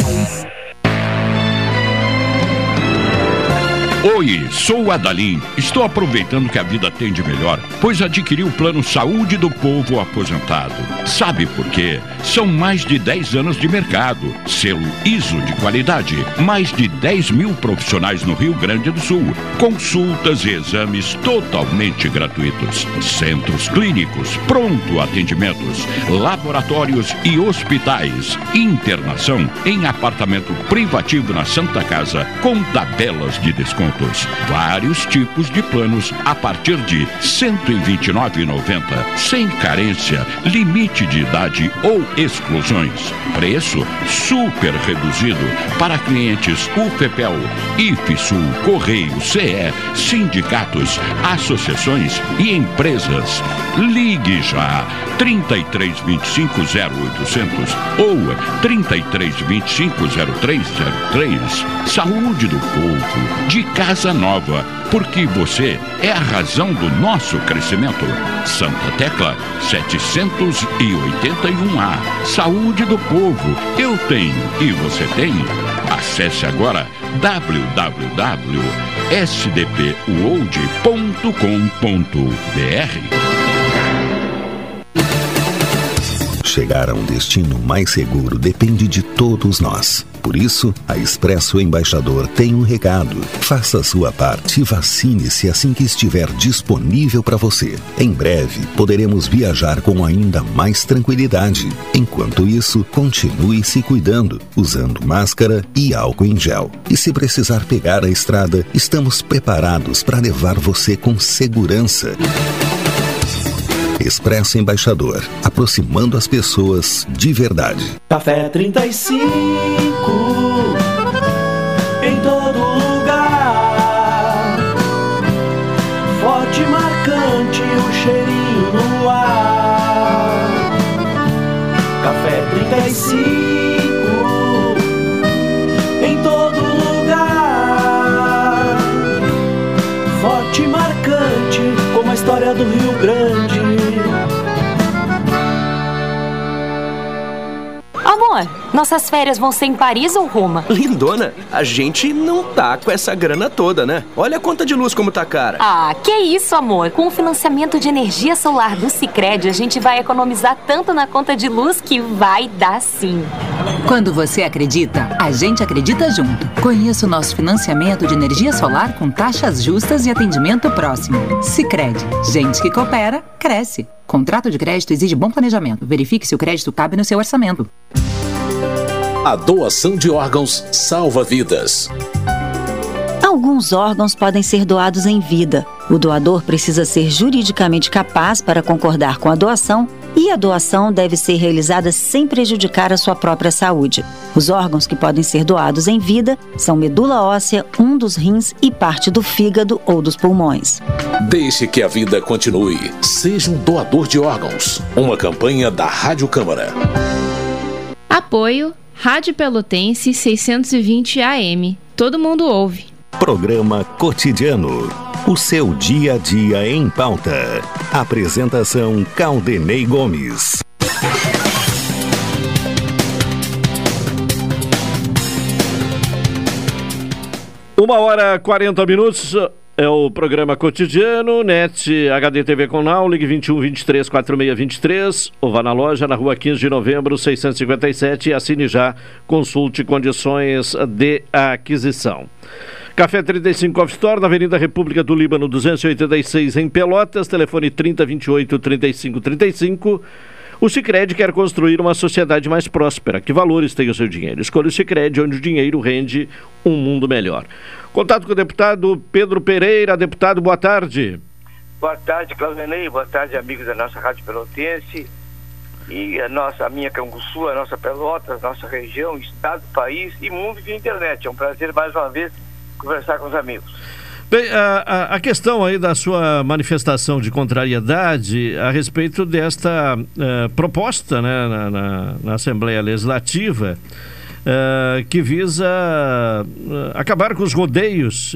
Oi, sou o Adalim. Estou aproveitando que a vida tem de melhor, pois adquiri o plano Saúde do Povo Aposentado. Sabe por quê? São mais de 10 anos de mercado, selo ISO de qualidade, mais de 10 mil profissionais no Rio Grande do Sul, consultas e exames totalmente gratuitos, centros clínicos, pronto atendimentos, laboratórios e hospitais, internação em apartamento privativo na Santa Casa com tabelas de desconto. Vários tipos de planos a partir de R$ 129,90, sem carência, limite de idade ou exclusões. Preço super reduzido para clientes UFPEL, IFSUL, Correio, CE, sindicatos, associações e empresas. Ligue já 3325 0800 ou 3325 0303. Saúde do povo, de casa nova, porque você é a razão do nosso crescimento. Santa Tecla 781A. Saúde do povo, eu tenho e você tem. Acesse agora www.sdpuold.com.br. Chegar a um destino mais seguro depende de todos nós. Por isso, a Expresso Embaixador tem um recado. Faça a sua parte e vacine-se assim que estiver disponível para você. Em breve, poderemos viajar com ainda mais tranquilidade. Enquanto isso, continue se cuidando, usando máscara e álcool em gel. E se precisar pegar a estrada, estamos preparados para levar você com segurança. Expresso Embaixador, aproximando as pessoas de verdade. Café 35, em todo lugar. Forte e marcante, o cheirinho no ar. Café 35, em todo lugar. história do Rio Grande. Amor, nossas férias vão ser em Paris ou Roma? Lindona, a gente não tá com essa grana toda, né? Olha a conta de luz como tá cara. Ah, que isso, amor? Com o financiamento de energia solar do Sicredi, a gente vai economizar tanto na conta de luz que vai dar sim. Quando você acredita, a gente acredita junto. Conheça o nosso financiamento de energia solar com taxas justas e atendimento próximo. Sicredi, gente que coopera, cresce. Contrato de crédito exige bom planejamento. Verifique se o crédito cabe no seu orçamento. A doação de órgãos salva vidas. Alguns órgãos podem ser doados em vida. O doador precisa ser juridicamente capaz para concordar com a doação e a doação deve ser realizada sem prejudicar a sua própria saúde. Os órgãos que podem ser doados em vida são medula óssea, um dos rins e parte do fígado ou dos pulmões. Deixe que a vida continue. Seja um doador de órgãos. Uma campanha da Rádio Câmara. Apoio Rádio Pelotense 620 AM. Todo mundo ouve. Programa Cotidiano. O seu dia a dia em pauta. Apresentação Caldenei Gomes. 1h40. É o programa Cotidiano, NET HD TV com Now, ligue 21 23 46 23, ou vá na loja na rua 15 de novembro 657 e assine já, consulte condições de aquisição. Café 35 Off Store, na Avenida República do Líbano 286 em Pelotas, telefone 3028 3535. O Sicredi quer construir uma sociedade mais próspera. Que valores tem o seu dinheiro? Escolha o Sicredi, onde o dinheiro rende um mundo melhor. Contato com o deputado Pedro Pereira. Deputado, boa tarde. Boa tarde, Claudinei. Boa tarde, amigos da nossa Rádio Pelotense. E a minha Canguçu, a nossa Pelotas, nossa região, estado, país e mundo de internet. É um prazer, mais uma vez, conversar com os amigos. Bem, a questão aí da sua manifestação de contrariedade a respeito desta proposta, né, na Assembleia Legislativa, que visa acabar com os rodeios,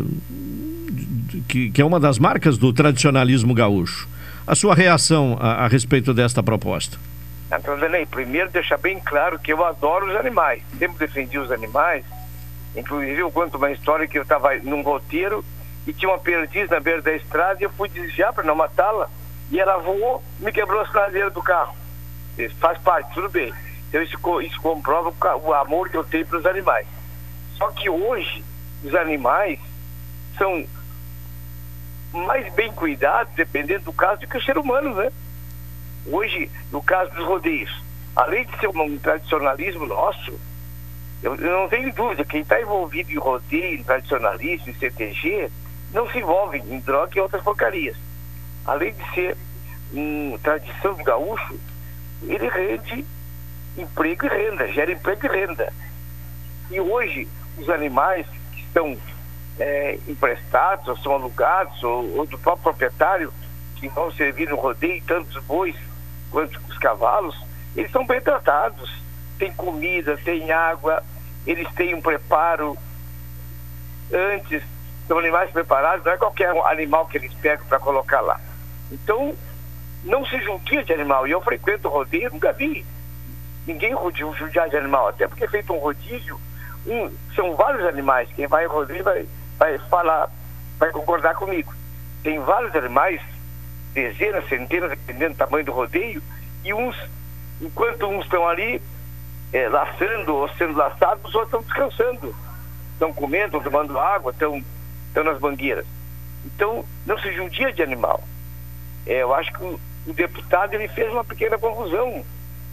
que é uma das marcas do tradicionalismo gaúcho. A sua reação a respeito desta proposta? Primeiro, deixar bem claro que eu adoro os animais, sempre defendi os animais. Inclusive eu conto uma história que eu estava num roteiro e tinha uma perdiz na beira da estrada e eu fui desviar para não matá-la e ela voou e me quebrou a sinaleira do carro. Isso faz parte, tudo bem. Então isso comprova o amor que eu tenho para os animais. Só que hoje os animais são mais bem cuidados, dependendo do caso, do que o ser humano, né? Hoje, no caso dos rodeios, além de ser um tradicionalismo nosso, eu não tenho dúvida, quem está envolvido em rodeio, em tradicionalismo, em CTG, não se envolve em droga e outras porcarias. Além de ser tradição do gaúcho, ele rende emprego e renda, gera emprego e renda. E hoje, os animais que estão emprestados, ou são alugados, ou do próprio proprietário, que vão servir no rodeio, tanto os bois quanto os cavalos, eles são bem tratados. Tem comida, tem água, eles têm um preparo antes, são animais preparados, não é qualquer animal que eles pegam para colocar lá. Então, não se judia de animal. E eu frequento o rodeio, nunca vi ninguém judiar de animal, até porque é feito um rodízio, são vários animais. Quem vai ao rodeio vai falar, vai concordar comigo. Tem vários animais, dezenas, centenas, dependendo do tamanho do rodeio, e enquanto uns estão ali laçando ou sendo laçados, os outros estão descansando, estão comendo, estão tomando água, estão nas mangueiras. Então não se judia de animal. Eu acho que o deputado ele fez uma pequena confusão,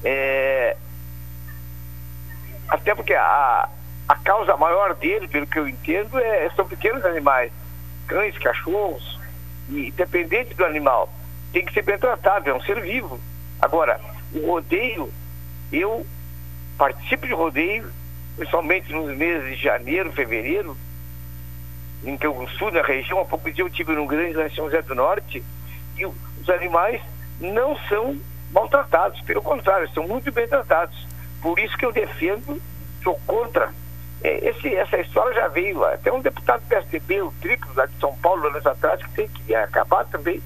até porque a causa maior dele, pelo que eu entendo, são pequenos animais, cães, cachorros, e independente do animal, tem que ser bem tratado, é um ser vivo. Agora, o rodeio, eu participo de rodeio, principalmente nos meses de janeiro, fevereiro, em Canguçu, na região. Há pouco dia eu estive no Grande, lá em São José do Norte, e os animais não são maltratados, pelo contrário, são muito bem tratados. Por isso que eu defendo, sou contra. Essa história já veio, até um deputado do PSDB, o Triplo, lá de São Paulo, anos atrás, que tem que acabar também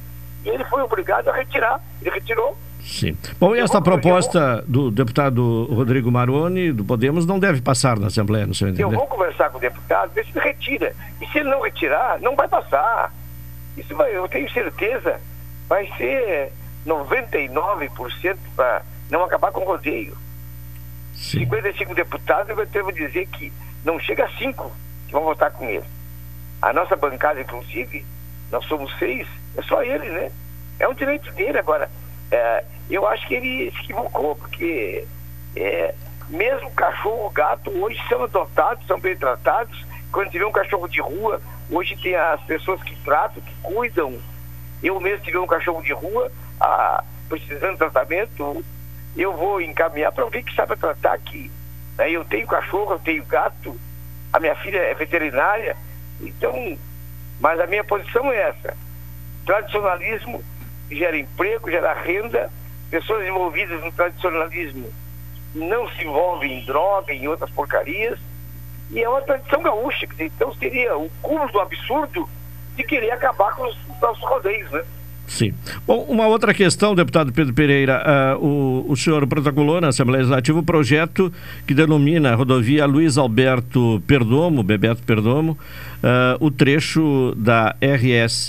e ele foi obrigado a retirar. Ele retirou. Sim. Bom, e esta proposta do deputado Rodrigo Maroni, do Podemos, não deve passar na Assembleia, no seu entender? Eu vou conversar com o deputado, ver se ele retira. E se ele não retirar, não vai passar. Isso vai, eu tenho certeza, vai ser 99% para não acabar com o rodeio. Sim. 55 deputados, eu devo dizer que não chega a 5 que vão votar com ele. A nossa bancada, inclusive, nós somos 6, é só ele, né? É um direito dele. Agora, eu acho que ele se equivocou, porque mesmo cachorro, gato, hoje são adotados, são bem tratados. Quando tiver um cachorro de rua, hoje tem as pessoas que tratam, que cuidam. Eu mesmo tive um cachorro de rua, precisando de tratamento, eu vou encaminhar para alguém que sabe tratar aqui. Eu tenho cachorro, eu tenho gato, a minha filha é veterinária, então, mas a minha posição é essa. Tradicionalismo gera emprego, gera renda, pessoas envolvidas no tradicionalismo não se envolvem em droga, em outras porcarias, e é uma tradição gaúcha, então seria o cúmulo do absurdo de querer acabar com os nossos rodeios, né? Sim. Bom, uma outra questão, deputado Pedro Pereira, o senhor protocolou na Assembleia Legislativa o projeto que denomina a rodovia Luiz Alberto Perdomo, Bebeto Perdomo, o trecho da ERS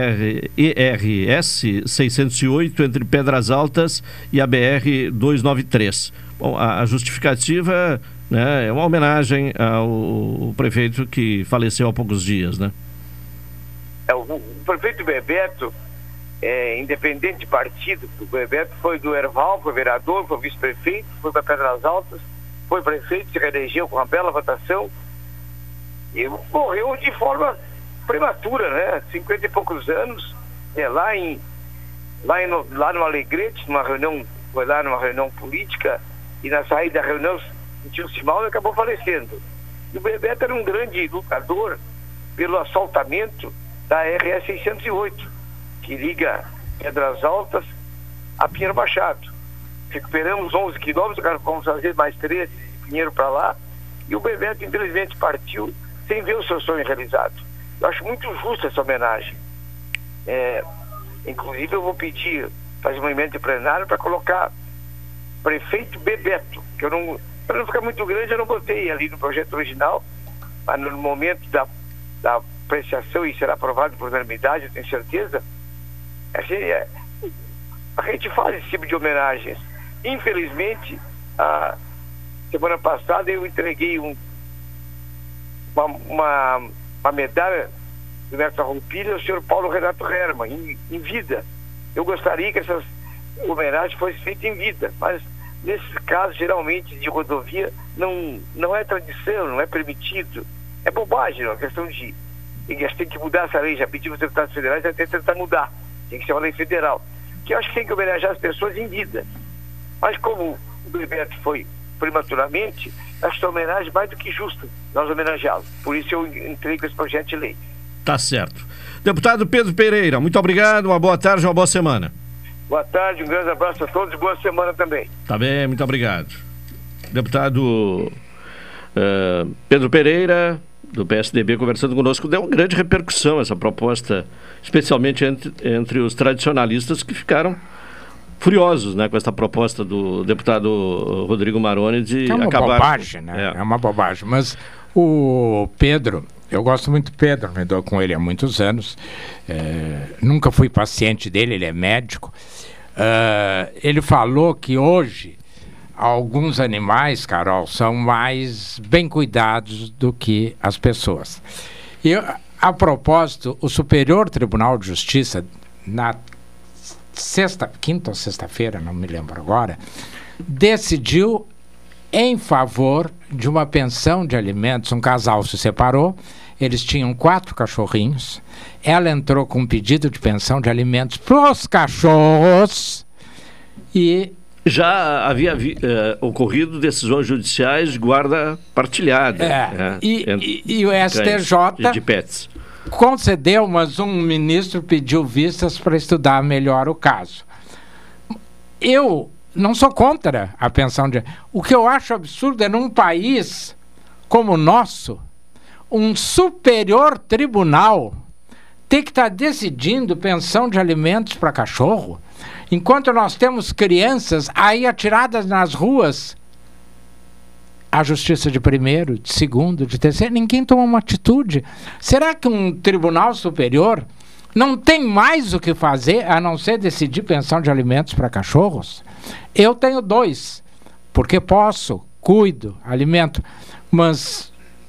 608 entre Pedras Altas e a BR 293. Bom, a justificativa, né, é uma homenagem ao prefeito que faleceu há poucos dias, né? O prefeito Bebeto independente de partido. O Bebeto foi do Herval, foi vereador, foi vice-prefeito, foi para Pedras Altas, foi prefeito, se reelegeu com uma bela votação e morreu de forma prematura, né? 50 e poucos anos, lá no Alegrete, foi lá numa reunião política, e na saída da reunião sentiu-se mal e acabou falecendo. E o Bebeto era um grande lutador pelo assaltamento da RS 608, que liga Pedras Altas a Pinheiro Machado. Recuperamos 11 quilômetros, agora vamos fazer mais 13 de Pinheiro para lá, e o Bebeto infelizmente partiu sem ver o seu sonho realizado. Eu acho muito justa essa homenagem. Inclusive eu vou pedir, fazer uma emenda de plenário para colocar prefeito Bebeto, que para não ficar muito grande, eu não botei ali no projeto original, mas no momento da apreciação, e será aprovado por unanimidade, eu tenho certeza. A gente faz esse tipo de homenagens. Infelizmente, a semana passada eu entreguei uma medalha do Neto Roupilha ao senhor Paulo Renato Hermann, em vida. Eu gostaria que essas homenagens fossem feitas em vida, mas nesses casos, geralmente, de rodovia, não é tradição, não é permitido. É bobagem, é uma questão de... A gente tem que mudar essa lei, já pedi aos deputados federais até tentar mudar. Tem que ser uma lei federal. Que eu acho que tem que homenagear as pessoas em vida. Mas como o Bebeto foi prematuramente, acho que a homenagem mais do que justa nós homenageá-lo. Por isso eu entrei com esse projeto de lei. Tá certo. Deputado Pedro Pereira, muito obrigado, uma boa tarde, uma boa semana. Boa tarde, um grande abraço a todos e boa semana também. Tá bem, muito obrigado. Deputado Pedro Pereira, do PSDB, conversando conosco. Deu uma grande repercussão essa proposta, especialmente entre os tradicionalistas, que ficaram furiosos, né, com essa proposta do deputado Rodrigo Maroni de acabar... É uma bobagem, né? É uma bobagem. Mas o Pedro, eu gosto muito do Pedro, me dou com ele há muitos anos, nunca fui paciente dele, ele é médico. Ele falou que hoje alguns animais, Carol, são mais bem cuidados do que as pessoas. E, a propósito, o Superior Tribunal de Justiça, na quinta ou sexta-feira, não me lembro agora, decidiu em favor de uma pensão de alimentos. Um casal se separou, eles tinham 4 cachorrinhos, ela entrou com um pedido de pensão de alimentos para os cachorros e... Já havia ocorrido decisões judiciais de guarda partilhada. E o STJ de pets concedeu, mas um ministro pediu vistas para estudar melhor o caso. Eu não sou contra a pensão de... O que eu acho absurdo é, num país como o nosso, um superior tribunal ter que estar decidindo pensão de alimentos para cachorro, enquanto nós temos crianças aí atiradas nas ruas. A justiça de primeiro, de segundo, de terceiro, ninguém toma uma atitude. Será que um tribunal superior não tem mais o que fazer a não ser decidir pensão de alimentos para cachorros? Eu tenho 2, porque posso, cuido, alimento, mas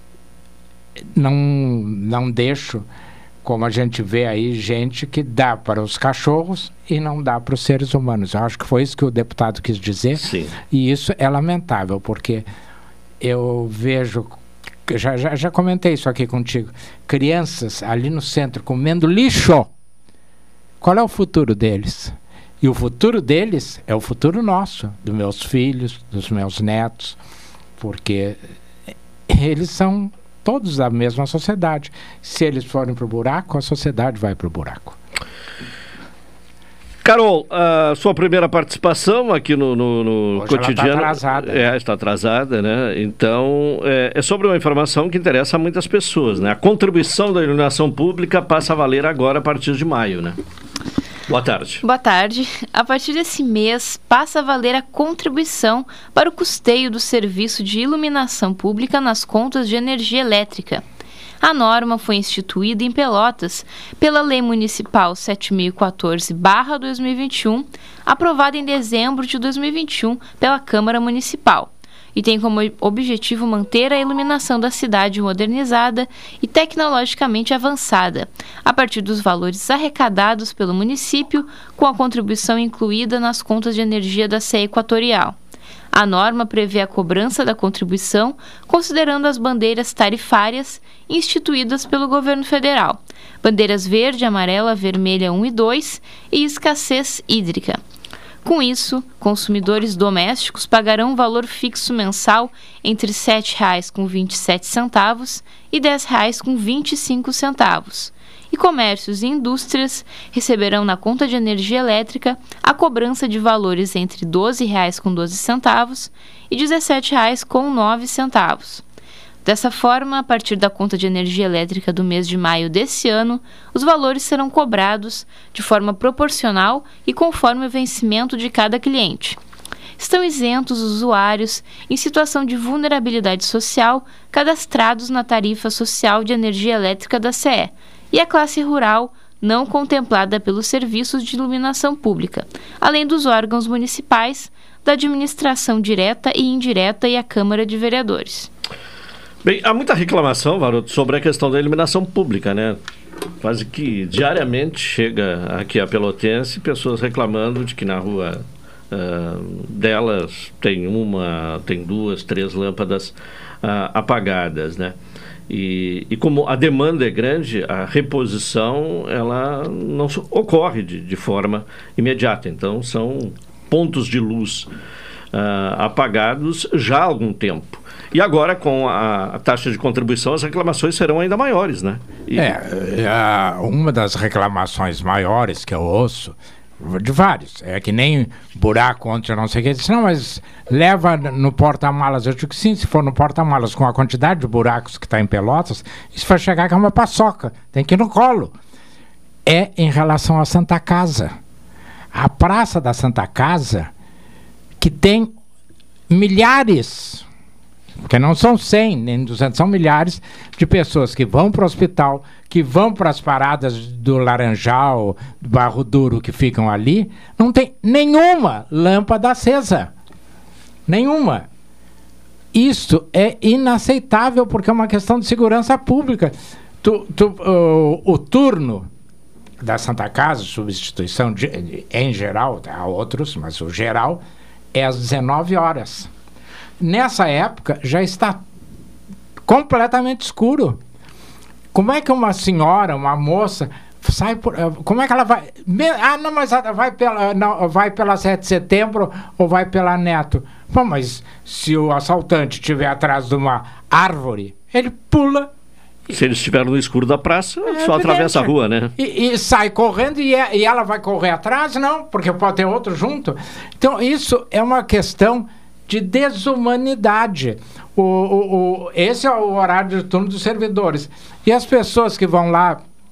não deixo, como a gente vê aí, gente que dá para os cachorros e não dá para os seres humanos. Eu acho que foi isso que o deputado quis dizer. Sim. E isso é lamentável, porque eu vejo, já comentei isso aqui contigo, crianças ali no centro comendo lixo. Qual é o futuro deles? E o futuro deles é o futuro nosso, dos meus filhos, dos meus netos, porque eles são todos da mesma sociedade. Se eles forem para o buraco, a sociedade vai para o buraco. Carol, a sua primeira participação aqui no cotidiano. Está atrasada. Está atrasada, né? Então, é sobre uma informação que interessa a muitas pessoas, né? A contribuição da iluminação pública passa a valer agora a partir de maio, né? Boa tarde. Boa tarde. A partir desse mês, passa a valer a contribuição para o custeio do serviço de iluminação pública nas contas de energia elétrica. A norma foi instituída em Pelotas pela Lei Municipal 7.014/2021, aprovada em dezembro de 2021 pela Câmara Municipal, e tem como objetivo manter a iluminação da cidade modernizada e tecnologicamente avançada, a partir dos valores arrecadados pelo município, com a contribuição incluída nas contas de energia da CE Equatorial. A norma prevê a cobrança da contribuição, considerando as bandeiras tarifárias instituídas pelo governo federal, bandeiras verde, amarela, vermelha 1 e 2 e escassez hídrica. Com isso, consumidores domésticos pagarão um valor fixo mensal entre R$ 7,27 e R$ 10,25. E comércios e indústrias receberão na conta de energia elétrica a cobrança de valores entre R$ 12,12 e R$ 17,09. Dessa forma, a partir da conta de energia elétrica do mês de maio desse ano, os valores serão cobrados de forma proporcional e conforme o vencimento de cada cliente. Estão isentos os usuários em situação de vulnerabilidade social cadastrados na tarifa social de energia elétrica da CE, e a classe rural não contemplada pelos serviços de iluminação pública, além dos órgãos municipais, da administração direta e indireta e a Câmara de Vereadores. Bem, há muita reclamação, Varoto, sobre a questão da iluminação pública, né? Quase que diariamente chega aqui a Pelotense pessoas reclamando de que na rua delas tem 2, 3 lâmpadas apagadas, né? E como a demanda é grande, a reposição ela não ocorre de forma imediata. Então, são pontos de luz apagados já há algum tempo. E agora, com a taxa de contribuição, as reclamações serão ainda maiores, né? Uma das reclamações maiores que eu ouço, de vários, é que nem buraco ontem, eu não sei o que, disse, não, mas leva no porta-malas. Eu digo que sim, se for no porta-malas com a quantidade de buracos que está em Pelotas, isso vai chegar que é uma paçoca, tem que ir no colo. É em relação à Santa Casa. A Praça da Santa Casa, que tem milhares, porque não são 100 nem 200, são milhares de pessoas que vão para o hospital, que vão para as paradas do Laranjal, do Barro Duro, que ficam ali, não tem nenhuma lâmpada acesa. Nenhuma. Isso é inaceitável, porque é uma questão de segurança pública. O turno da Santa Casa, substituição em geral, há outros, mas o geral é às 19 horas. Nessa época já está completamente escuro. Como é que uma senhora, uma moça, sai por... Como é que ela vai... não, mas vai pela 7 de setembro ou vai pela Neto? Bom, mas se o assaltante estiver atrás de uma árvore, ele pula. Se ele estiver no escuro da praça, só atravessa a rua, né? E sai correndo e ela vai correr atrás? Não, porque pode ter outro junto. Então, isso é uma questão de desumanidade. Esse é o horário de turno dos servidores. E as pessoas que vão lá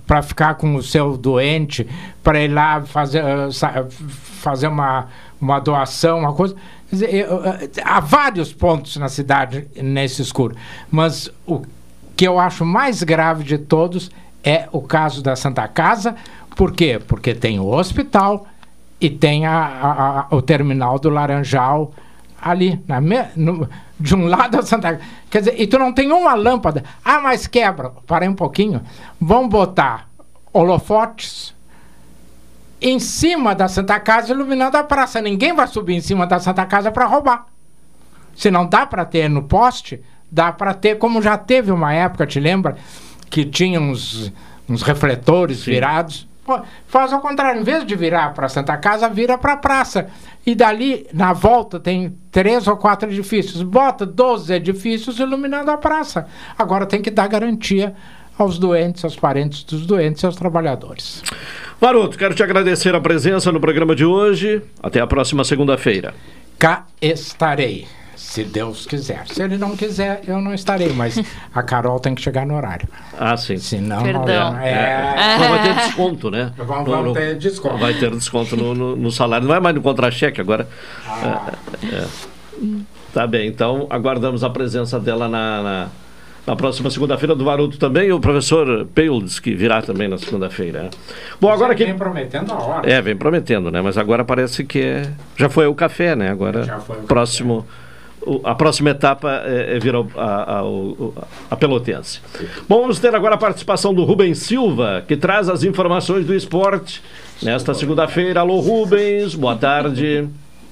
para ficar com o seu doente, para ir lá fazer uma doação, uma coisa. Quer dizer, há vários pontos na cidade nesse escuro, mas o que eu acho mais grave de todos é o caso da Santa Casa. Por quê? Porque tem o hospital e tem o terminal do Laranjal ali, de um lado da Santa Casa. Quer dizer, e tu não tem uma lâmpada. Ah, mas quebra. Parei um pouquinho. Vão botar holofotes em cima da Santa Casa, iluminando a praça. Ninguém vai subir em cima da Santa Casa para roubar. Se não dá para ter no poste, dá para ter, como já teve uma época, te lembra? Que tinha uns refletores virados. Pô, faz ao contrário, em vez de virar para a Santa Casa, vira para a praça. E dali, na volta, tem 3 ou 4 edifícios. Bota 12 edifícios iluminando a praça. Agora tem que dar garantia aos doentes, aos parentes dos doentes e aos trabalhadores. Varoto, quero te agradecer a presença no programa de hoje. Até a próxima segunda-feira. Cá estarei, se Deus quiser. Se ele não quiser, eu não estarei, mas a Carol tem que chegar no horário. Ah, sim. Senão, Perdão. Não vai ter desconto, né? Vamos ter desconto. Vai ter desconto no salário. Não é mais no contra-cheque agora. Tá bem, então aguardamos a presença dela na próxima segunda-feira, do Varoto também. O professor Peil diz que virá também na segunda-feira. Né? Bom, agora que vem prometendo a hora. Vem prometendo, né? Mas agora parece que já foi o café, né? Agora próximo... A próxima etapa virá a Pelotense. Bom, vamos ter agora a participação do Rubens Silva, que traz as informações do esporte nesta segunda-feira. Alô, Rubens, boa tarde.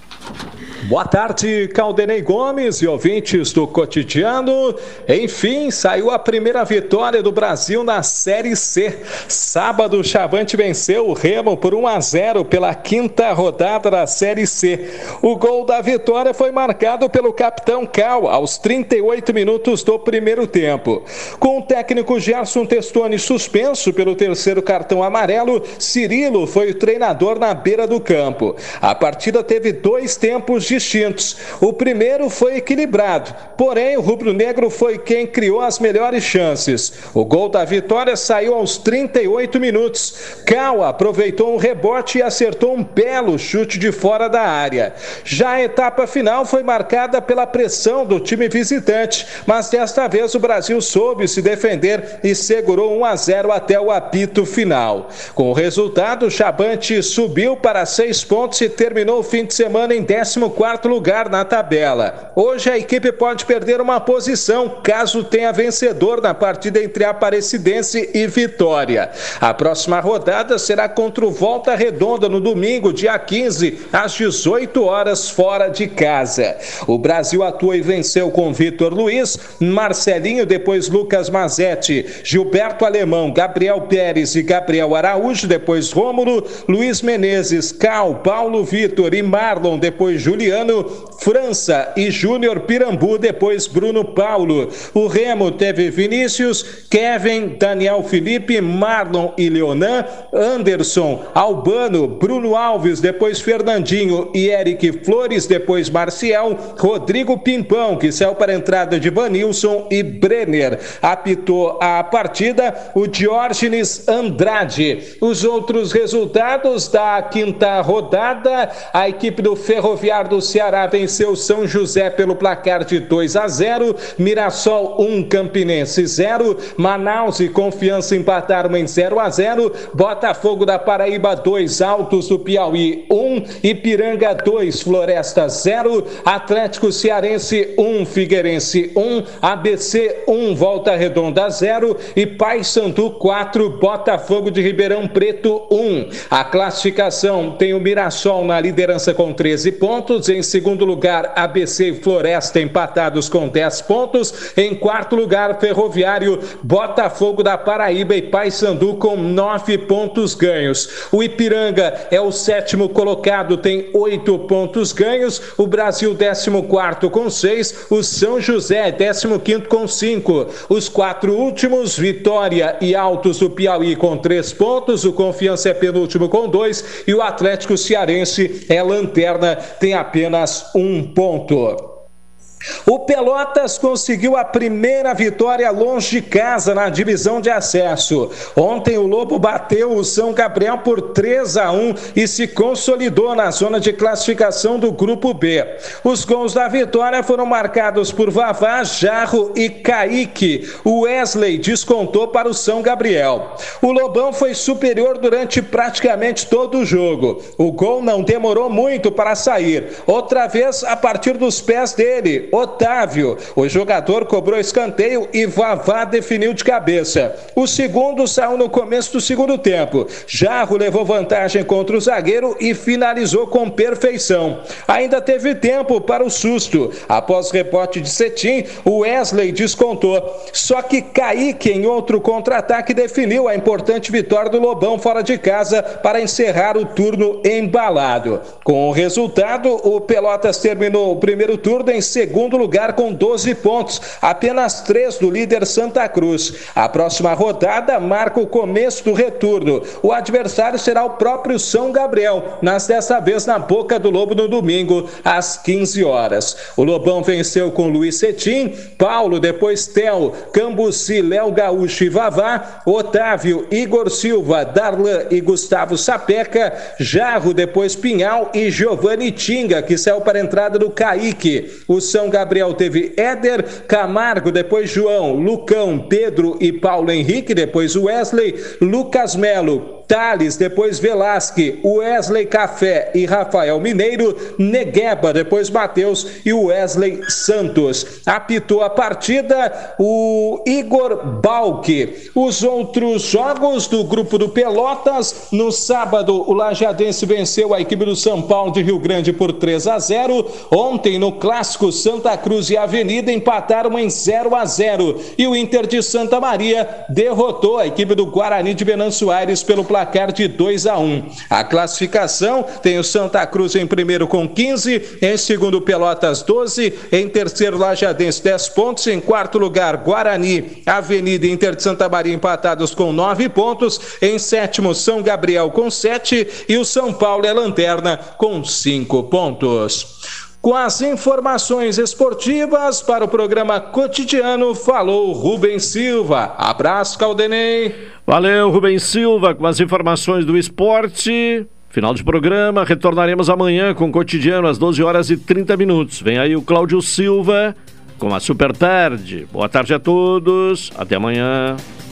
Boa tarde, Caldenei Gomes e ouvintes do Cotidiano. Enfim, saiu a primeira vitória do Brasil na Série C. Sábado, o Chavante venceu o Remo por 1-0 pela 5ª rodada da Série C. O gol da vitória foi marcado pelo capitão Cal aos 38 minutos do primeiro tempo. Com o técnico Gerson Testoni suspenso pelo 3º cartão amarelo, Cirilo foi o treinador na beira do campo. A partida teve 2 tempos distintos. O primeiro foi equilibrado, porém o rubro-negro foi quem criou as melhores chances. O gol da vitória saiu aos 38 minutos. Cal aproveitou um rebote e acertou um belo chute de fora da área. Já a etapa final foi marcada pela pressão do time visitante, mas desta vez o Brasil soube se defender e segurou 1-0 até o apito final. Com o resultado, o Chavante subiu para 6 pontos e terminou o fim de semana em 14º lugar na tabela. Hoje a equipe pode perder uma posição, caso tenha vencedor na partida entre Aparecidense e Vitória. A próxima rodada será contra o Volta Redonda no domingo, dia 15, às 18 horas, fora de casa. O Brasil atua e venceu com Vitor Luiz, Marcelinho, depois Lucas Mazetti, Gilberto Alemão, Gabriel Pérez e Gabriel Araújo, depois Rômulo, Luiz Menezes, Cal, Paulo Vitor e Marlon, depois Juliano, França e Júnior Pirambu, depois Bruno Paulo. O Remo teve Vinícius, Kevin, Daniel Felipe, Marlon e Leonan, Anderson, Albano, Bruno Alves, depois Fernandinho e Eric Flores, depois Marcial, Rodrigo Pimpão, que saiu para a entrada de Vanilson, e Brenner. Apitou a partida o Diógenes Andrade. Os outros resultados da 5ª rodada: a equipe do Ferroviário do Ceará venceu São José pelo placar de 2-0, Mirassol 1, Campinense 0, Manaus e Confiança empataram em 0-0, Botafogo da Paraíba 2, Altos do Piauí 1, Ipiranga 2, Floresta 0, Atlético Cearense 1, Figueirense 1, ABC 1, Volta Redonda 0 e Paysandu 4, Botafogo de Ribeirão Preto 1. A classificação tem o Mirassol na liderança com 13 pontos, em segundo lugar ABC e Floresta empatados com 10 pontos, em quarto lugar Ferroviário, Botafogo da Paraíba e Paysandu com 9 pontos ganhos. O Ipiranga é o 7º colocado, tem 8 pontos ganhos, o Brasil 14º com 6, o São José 15º com 5. Os 4 últimos, Vitória e Altos do Piauí com 3 pontos, o Confiança é penúltimo com 2 e o Atlético Cearense é lanterna, tem apenas 1 ponto. O Pelotas conseguiu a primeira vitória longe de casa na divisão de acesso. Ontem o Lobo bateu o São Gabriel por 3-1 e se consolidou na zona de classificação do Grupo B. Os gols da vitória foram marcados por Vavá, Jarro e Kaique. O Wesley descontou para o São Gabriel. O Lobão foi superior durante praticamente todo o jogo. O gol não demorou muito para sair. Outra vez a partir dos pés dele, Otávio. O jogador cobrou escanteio e Vavá definiu de cabeça. O segundo saiu no começo do segundo tempo. Jarro levou vantagem contra o zagueiro e finalizou com perfeição. Ainda teve tempo para o susto. Após rebote de Cetim, o Wesley descontou. Só que Kaique, em outro contra-ataque, definiu a importante vitória do Lobão fora de casa para encerrar o turno embalado. Com o resultado, o Pelotas terminou o primeiro turno em segundo lugar com 12 pontos, apenas 3 do líder Santa Cruz. A próxima rodada marca o começo do retorno. O adversário será o próprio São Gabriel, mas dessa vez na Boca do Lobo no domingo, às 15 horas. O Lobão venceu com Luiz Cetim, Paulo, depois Theo, Cambuci, Léo Gaúcho e Vavá, Otávio, Igor Silva, Darlan e Gustavo Sapeca, Jarro, depois Pinhal e Giovanni Tinga, que saiu para a entrada do Kaique. O São Gabriel teve Éder, Camargo, depois João, Lucão, Pedro e Paulo Henrique, depois Wesley, Lucas Melo, Thales, depois Velasque, Wesley Café e Rafael Mineiro, Negueba, depois Matheus e Wesley Santos. Apitou a partida o Igor Balque. Os outros jogos do grupo do Pelotas: no sábado o Lajadense venceu a equipe do São Paulo de Rio Grande por 3-0. Ontem no clássico, Santa Cruz e Avenida empataram em 0-0 e o Inter de Santa Maria derrotou a equipe do Guarani de Venâncio Aires pelo placar de 2-1. A classificação tem o Santa Cruz em primeiro com 15, em segundo Pelotas 12, em terceiro Lajadense 10 pontos, em quarto lugar Guarani, Avenida e Inter de Santa Maria empatados com 9 pontos, em sétimo São Gabriel com 7 e o São Paulo é lanterna com 5 pontos. Com as informações esportivas para o programa Cotidiano, falou Rubens Silva. Abraço, Caldenei. Valeu, Rubens Silva, com as informações do esporte. Final de programa, retornaremos amanhã com o Cotidiano às 12h30. Vem aí o Cláudio Silva com a Super Tarde. Boa tarde a todos, até amanhã.